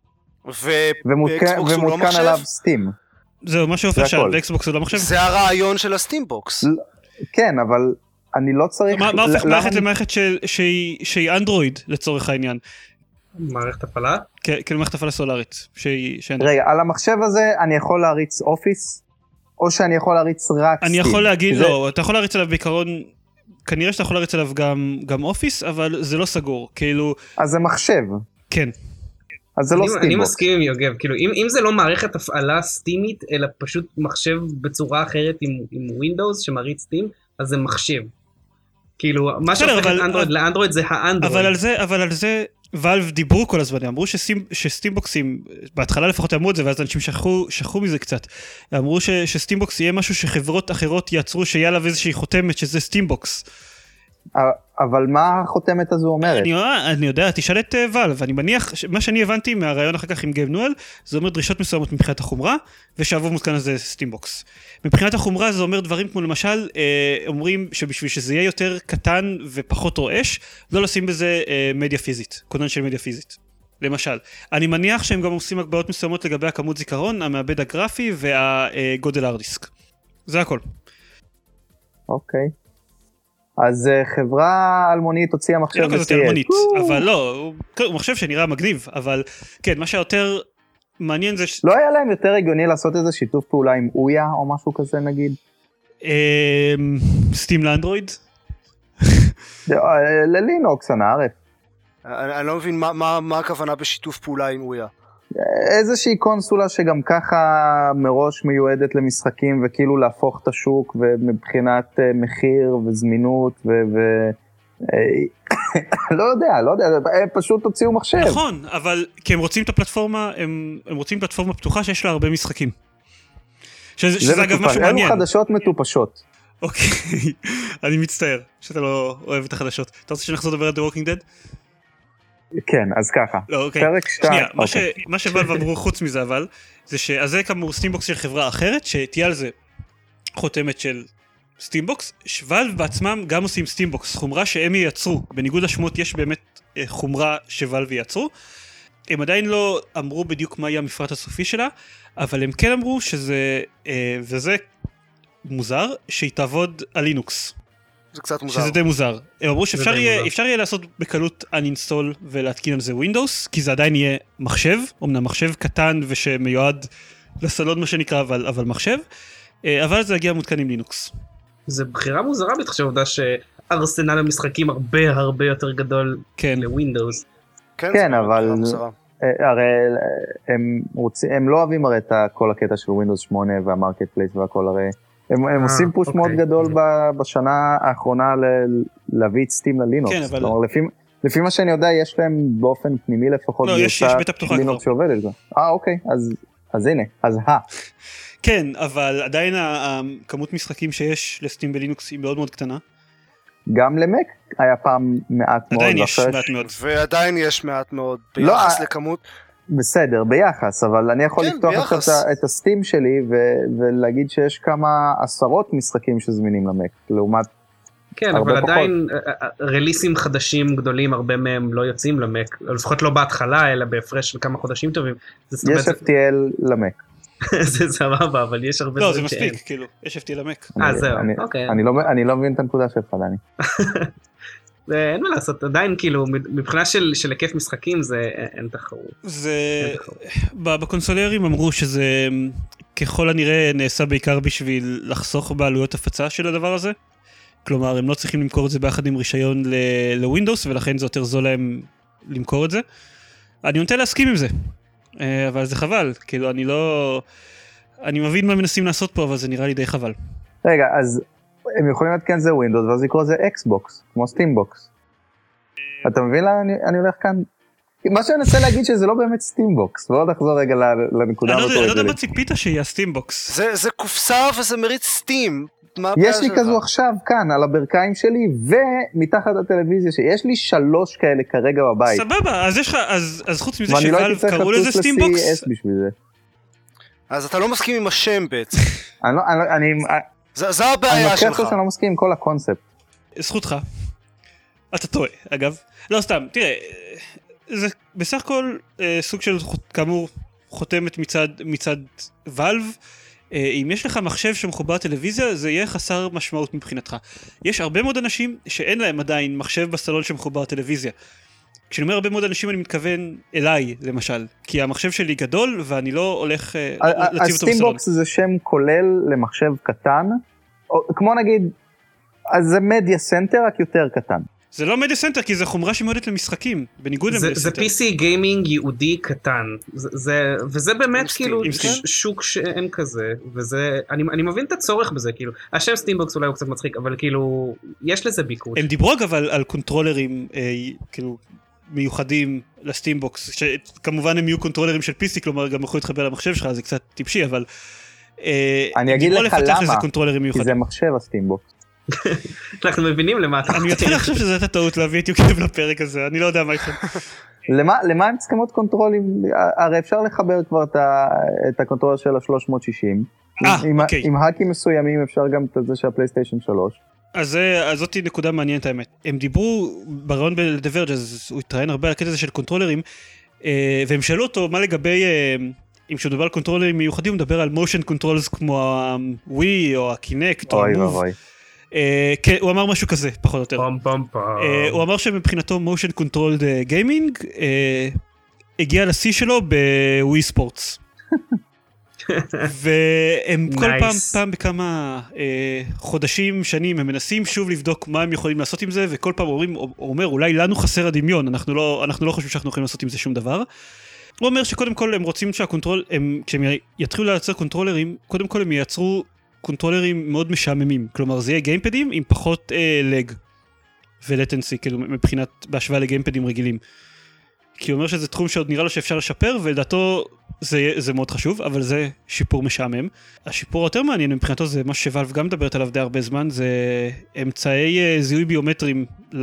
ומותקן, ובאקסבוקס הוא לא ומותקן מחשב. עליו סטים. זהו, מה שהופך זה שם, הכל. ואקסבוקס הוא לא מחשב. זה הרעיון של הסטימבוקס. כן, אבל אני לא צריך... מה מה הופך למה מערכת אני- למערכת של- שהיא שהיא אנדרואיד לצורך העניין? מערכת הפעלה? כ- כאילו מערכת הפעלה סולארית. שהיא... שאין- רגע, על המחשב הזה אני יכול להריץ אופיס, או שאני יכול להריץ רק סטים? אני יכול להגיד, זה- לא, אתה יכול להריץ עליו בעיקרון, כנראה שאתה יכול להריץ עליו גם גם אופיס, אבל זה לא סגור, כאילו, אז זה מחשב, כן. אז זה לא אני, אני סטימבוקס. מסכים עם יוגב, כאילו אם, אם זה לא מערכת הפעלה סטימית, אלא פשוט מחשב בצורה אחרת עם, עם ווינדוס שמריץ סטים, אז זה מחשב. כאילו, מה בסדר, שהופך את אבל- אנדרואיד לאנדרואיד זה האנדרואיד. אבל על זה, אבל על זה, ואלב דיברו כל הזמן, אמרו שסטים, שסטימבוקסים, בהתחלה לפחות אמרו את זה, ואז אנשים שכחו, שכחו מזה קצת. אמרו ש, שסטימבוקס יהיה משהו שחברות אחרות יעצרו שיהיה עליו איזושהי חותמת שזה סטימבוקס. אבל מה החותמת הזו אומרת? אני, אני יודע, תשאל את ואלב, ואני מניח, מה שאני הבנתי מהרעיון אחר כך עם גייב נואל, זה אומר דרישות מסוימות מבחינת החומרה, ושעבור מותקן הזה סטימבוקס. מבחינת החומרה זה אומר דברים כמו למשל, אומרים שבשביל שזה יהיה יותר קטן ופחות רועש, לא לשים בזה מדיה פיזית, כונן של מדיה פיזית. למשל, אני מניח שהם גם עושים הגבלות מסוימות לגבי הכמות זיכרון, המעבד הגרפי והגודל הארדיסק. זה הכל. אוקיי. אז חברה אלמונית הוציאה מחשב לא כזאת אלמונית, אבל לא, הוא מחשב שנראה מגניב, אבל כן, מה שיותר מעניין זה... לא היה להם יותר הגיוני לעשות איזה שיתוף פעולה עם אויה או משהו כזה נגיד? סטים לאנדרואיד? ללינוקס, אני ערף. אני לא מבין מה הכוונה בשיתוף פעולה עם אויה. איזושהי קונסולה שגם ככה מראש מיועדת למשחקים וכאילו להפוך את השוק ומבחינת מחיר וזמינות ו... לא יודע, לא יודע, הם פשוט הוציאו מחשב. נכון, אבל כי הם רוצים את הפלטפורמה, הם, הם רוצים פלטפורמה פתוחה שיש לה הרבה משחקים. שזה, שזה אגב משהו מעניין. אלו חדשות מטופשות. אוקיי, אני מצטער שאתה לא אוהב את החדשות. אתה רוצה שנחזור לדבר על The Walking Dead? כן, אז ככה. לא, אוקיי. פרק שתיים. שנייה, אוקיי. מה, ש, מה שוואלב אמרו חוץ מזה אבל, זה שאז זה כאמור סטימבוקס של חברה אחרת, שתהיה על זה חותמת של סטימבוקס, שוואלב בעצמם גם עושים סטימבוקס, חומרה שהם ייצרו, בניגוד לשמות יש באמת חומרה שוואלב ייצרו, הם עדיין לא אמרו בדיוק מה יהיה המפרט הסופי שלה, אבל הם כן אמרו שזה, וזה מוזר, שהיא תעבוד על לינוקס. זה קצת מוזר. שזה די מוזר. הם אמרו שאפשר יהיה, אפשר יהיה לעשות בקלות uninstall ולהתקין על זה Windows, כי זה עדיין יהיה מחשב, אומנם מחשב קטן ושמיועד לסלון מה שנקרא, אבל, אבל מחשב, אבל זה יגיע מותקן עם לינוקס. זה בחירה מוזרה בתחשב עובדה שארסנל המשחקים הרבה הרבה יותר גדול כן. לווינדוס. כן, כן אבל הרי הם, רוצים, הם לא אוהבים הרי את כל הקטע של ווינדוס שמונה והמרקט פלייס והכל הרי. הם, הם עושים פוש מאוד גדול בשנה האחרונה להביא את סטים ללינוקס. כן, אבל... כלומר, לפי, לפי מה שאני יודע, יש להם באופן פנימי לפחות לא, יש, יש בטא פתוחה לינוקס שעובדת. אה, אוקיי, אז, אז הנה, אז ה. כן, אבל עדיין הכמות משחקים שיש לסטים בלינוקס היא מאוד מאוד קטנה. גם למק היה פעם מעט מאוד. עדיין יש מעט מאוד. ועדיין יש מעט מאוד ביחס לא, לכמות. בסדר, ביחס, אבל אני יכול כן, לפתוח עכשיו את הסטים שלי ו- ולהגיד שיש כמה עשרות משחקים שזמינים למק, לעומת כן, אבל פחות. עדיין רליסים חדשים גדולים, הרבה מהם לא יוצאים למק, לפחות לא בהתחלה, אלא בהפרש של כמה חודשים טובים. יש אף טי אל למק. זה סבבה, אבל יש הרבה... לא, זה מספיק, כאילו, יש אף טי אל למק. אה, זהו, אוקיי. אני לא מבין את הנקודה שלך, דני. אין מה לעשות, עדיין כאילו מבחינה של, של היקף משחקים זה אין תחרות. זה, בקונסולרים אמרו שזה ככל הנראה נעשה בעיקר בשביל לחסוך בעלויות הפצה של הדבר הזה. כלומר, הם לא צריכים למכור את זה ביחד עם רישיון לווינדוס, ולכן זה יותר זול להם למכור את זה. אני נוטה להסכים עם זה, אבל זה חבל, כאילו אני לא... אני מבין מה מנסים לעשות פה, אבל זה נראה לי די חבל. רגע, אז... הם יכולים להתקן זה ווינדוס, ואז לקרוא זה אקסבוקס, כמו סטימבוקס. אתה מבין לאן אני, אני הולך כאן? מה שאני רוצה להגיד שזה לא באמת סטימבוקס, בואו נחזור רגע לנקודה המקורית שלי. אני לא יודע מה ציפית שיהיה סטימבוקס. זה, זה קופסה וזה מריץ סטים. יש לי כזו עכשיו כאן, על הברכיים שלי, ומתחת הטלוויזיה, שיש לי שלוש כאלה כרגע בבית. סבבה, אז יש לך, אז, אז חוץ מזה שוואלב קראו לזה סטימבוקס? אז אתה לא מסכים עם השם בעצם. אני לא, אני... זו הבעיה שלך. אני חושב שאני לא מסכים עם כל הקונספט. זכותך. אתה טועה, אגב. לא סתם, תראה, זה בסך הכל סוג של, כאמור, חותמת מצד, מצד ואלב. אם יש לך מחשב שמחובר טלוויזיה, זה יהיה חסר משמעות מבחינתך. יש הרבה מאוד אנשים שאין להם עדיין מחשב בסלון שמחובר טלוויזיה. כשאני אומר הרבה מאוד אנשים אני מתכוון אליי, למשל. כי המחשב שלי גדול ואני לא הולך להציב אותו בסלון. הסטימבוקס זה שם כולל למחשב קטן, כמו נגיד, אז זה מדיה סנטר רק יותר קטן. זה לא מדיה סנטר כי זה חומרה שמיועדת למשחקים, בניגוד למדיה סנטר. זה פי סי גיימינג ייעודי קטן, וזה באמת כאילו שוק שאין כזה, ואני מבין את הצורך בזה, כאילו, השם סטימבוקס אולי הוא קצת מצחיק, אבל כאילו, יש לזה ביקוש. הם דיברו אגב על קונטרולרים, כאילו, מיוחדים לסטימבוקס, שכמובן הם יהיו קונטרולרים של פי סי, כלומר גם יכולו להתחבר למחשב שלך, זה קצת טיפשי, אבל אני אגיד לך למה, כי זה מחשב הסטימבוקס. אנחנו מבינים למה אתה... אני מתחיל לחשוב שזו הייתה טעות להביא את יוגב לפרק הזה, אני לא יודע מה איתכם. למה הם צריכים עוד קונטרולים? הרי אפשר לחבר כבר את הקונטרול של ה-שלוש מאות שישים. עם האקים מסוימים אפשר גם את זה של הפלייסטיישן שלוש. אז זאת היא נקודה מעניינת האמת. הם דיברו ברעיון ב-The Verge, אז הוא התראיין הרבה על הקטע הזה של קונטרולרים, והם שאלו אותו מה לגבי, אם שהוא מדבר על קונטרולרים מיוחדים, הוא מדבר על motion controls כמו הווי או הקינקט או המוב. הוא אמר משהו כזה, פחות או יותר. הוא אמר שמבחינתו motion controlled gaming הגיע לשיא שלו בווי ספורטס. והם כל פעם, פעם בכמה חודשים, שנים, הם מנסים שוב לבדוק מה הם יכולים לעשות עם זה, וכל פעם אומרים, הוא אומר, אולי לנו חסר הדמיון, אנחנו לא, אנחנו לא חושבים שאנחנו יכולים לעשות עם זה שום דבר. הוא אומר שקודם כל הם רוצים שהקונטרול, הם, כשהם יתחילו לייצר קונטרולרים, קודם כל הם ייצרו קונטרולרים מאוד משעממים, כלומר זה יהיה גיימפדים עם פחות אה, לג ולטנסי, כאילו מבחינת, בהשוואה לגיימפדים רגילים. כי הוא אומר שזה תחום שעוד נראה לו שאפשר לשפר, ולדעתו זה, זה מאוד חשוב, אבל זה שיפור משעמם. השיפור יותר מעניין מבחינתו זה מה שוואלב גם מדברת עליו די הרבה זמן, זה אמצעי זיהוי ביומטריים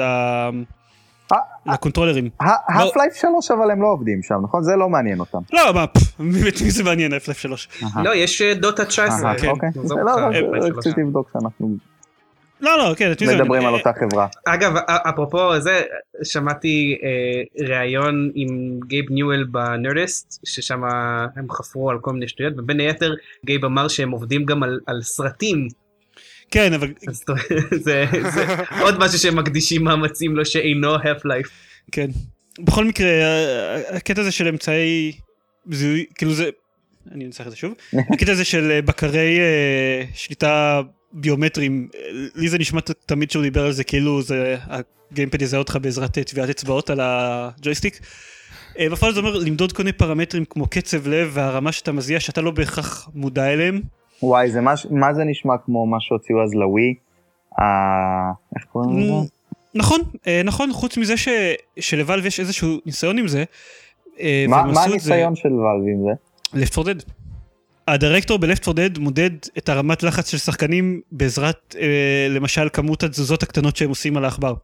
לקונטרולרים. Half-Life שלוש אבל הם לא עובדים שם, נכון? זה לא מעניין אותם. לא, מה, מי זה מעניין Half-Life שלוש? לא, יש דוטה תשע עשרה. אוקיי, לא, קצת לבדוק שאנחנו... לא, לא, כן, מדברים על אותה חברה. אגב, אפרופו זה, שמעתי ראיון עם גייב ניואל בנרדיסט, ששם הם חפרו על כל מיני שטויות, ובין היתר גייב אמר שהם עובדים גם על סרטים. כן, אבל... זה עוד משהו שהם מקדישים מאמצים לו שאינו Half-Life. כן. בכל מקרה, הקטע הזה של אמצעי זיהוי, כאילו זה... אני נצטרך את זה שוב. הקטע הזה של בקרי שליטה ביומטרים, לי זה נשמע תמיד שהוא דיבר על זה, כאילו זה, הגיימפד יזהה אותך בעזרת טביעת אצבעות על הג'ויסטיק. בפועל זה אומר למדוד כל מיני פרמטרים כמו קצב לב והרמה שאתה מזיע, שאתה לא בהכרח מודע אליהם. וואי, זה מה, מה זה נשמע כמו מה שהוציאו אז לווי? איך קוראים לזה? נכון, נכון, חוץ מזה ש, שלוואלב יש איזשהו ניסיון עם זה. מה, מה הניסיון זה... של ואלב עם זה? Left four Dead. הדירקטור ב-Left four Dead מודד את הרמת לחץ של שחקנים בעזרת, אה, למשל, כמות התזוזות הקטנות שהם עושים על העכבר.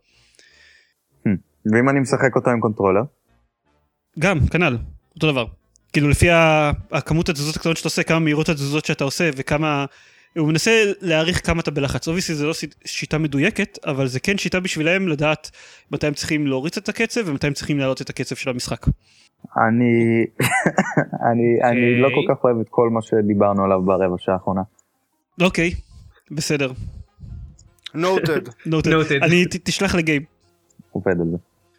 ואם אני משחק אותו עם קונטרולר? גם, כנ"ל, אותו דבר. כאילו לפי הכמות התזוזות הקטנות שאתה עושה, כמה מהירות התזוזות שאתה עושה, וכמה... הוא מנסה להעריך כמה אתה בלחץ. אובייסלי זה לא שיטה מדויקת, אבל זה כן שיטה בשבילהם לדעת מתי הם צריכים להוריץ את הקצב, ומתי הם צריכים להעלות את הקצב של המשחק. אני, אני, אני לא כל כך אוהב את כל מה שדיברנו עליו ברבע שעה האחרונה. אוקיי, בסדר. Noted. Noted. אני תשלח לגייב. עובד על זה.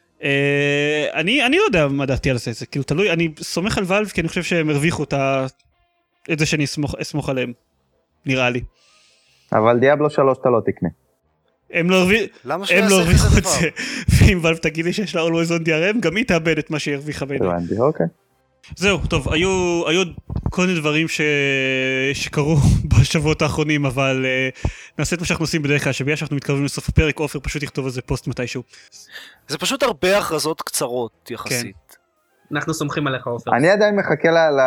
אני, אני לא יודע מה דעתי על זה, זה כאילו תלוי, אני סומך על ואלב, כי אני חושב שהם הרוויחו את זה שאני אסמוך עליהם, נראה לי. אבל דיאבלו שלוש אתה לא תקנה. הם לא הרוויחו את זה, ואם ואלב תגיד לי שיש לה Always on די אר אם, גם היא תאבד את מה שהיא הרוויחה בעיניי. אוקיי. זהו, טוב, היו עוד כל מיני דברים שקרו בשבועות האחרונים, אבל נעשה את מה שאנחנו עושים בדרך כלל, שבגלל שאנחנו מתקרבים לסוף הפרק, אופר פשוט יכתוב על זה פוסט מתישהו. זה פשוט הרבה הכרזות קצרות יחסית. אנחנו סומכים עליך, אופר. אני עדיין מחכה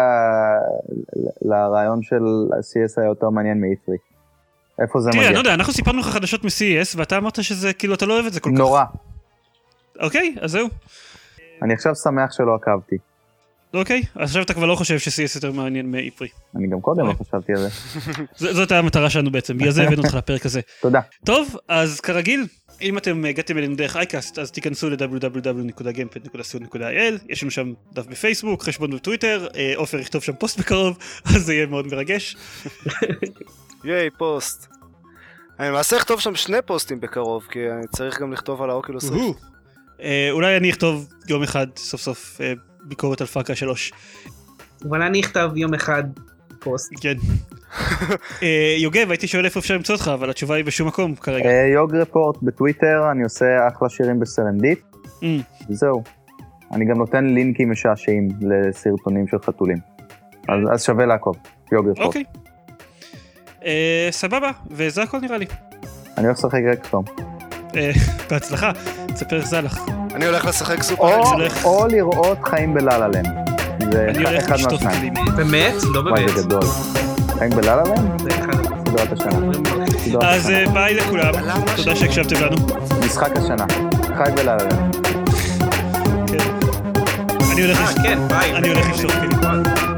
לרעיון של סי אס יותר מעניין מ-אי תרי. איפה זה מגיע? תראה, אני לא יודע, אנחנו סיפרנו לך חדשות מ-סי אס, ואתה אמרת שזה, כאילו, אתה לא אוהב את זה כל כך. נורא. אוקיי, אז זהו. אני עכשיו שמח שלא עקבתי. אוקיי, אז עכשיו אתה כבר לא חושב ש-סי אס יותר מעניין מ-אי תרי. אני גם קודם לא חשבתי על זה. זאת המטרה שלנו בעצם, בגלל זה הבאנו אותך לפרק הזה. תודה. טוב, אז כרגיל, אם אתם הגעתם אלינו דרך אייקאסט, אז תיכנסו ל-דאבליו דאבליו דאבליו נקודה גיימפד נקודה סי או נקודה איי אל, יש לנו שם דף בפייסבוק, חשבון בטוויטר, אופר יכתוב שם פוסט בקרוב, אז זה יהיה מאוד מרגש. ייי, פוסט. אני למעשה אכתוב שם שני פוסטים בקרוב, כי אני צריך גם לכתוב על האוקולוס ריפט. אולי אני אכתוב יום אחד, סוף סוף, ביקורת על פארקריי שלוש. אבל אני אכתב יום אחד פוסט. כן. יוגב, הייתי שואל איפה אפשר למצוא אותך, אבל התשובה היא בשום מקום כרגע. יוג רפורט בטוויטר, אני עושה אחלה שירים בסרנדיט. וזהו. אני גם נותן לינקים משעשעים לסרטונים של חתולים. אז שווה לעקוב. יוג רפורט. אוקיי. סבבה, וזה הכל נראה לי. אני הולך לשחק רקסקום. בהצלחה, תספר איך זה הלך. אני הולך לשחק סופר. או לראות חיים בלללנד. זה אני הולך לשטוף כלים. באמת? לא באמת. וואי, זה גדול. חיים בלללנד? זה אחד. סדרת השנה. אז ביי לכולם, תודה שהקשבתם לנו. משחק השנה, חי ולעלה. אני הולך לשתות. כן, ביי. אני הולך לשתות.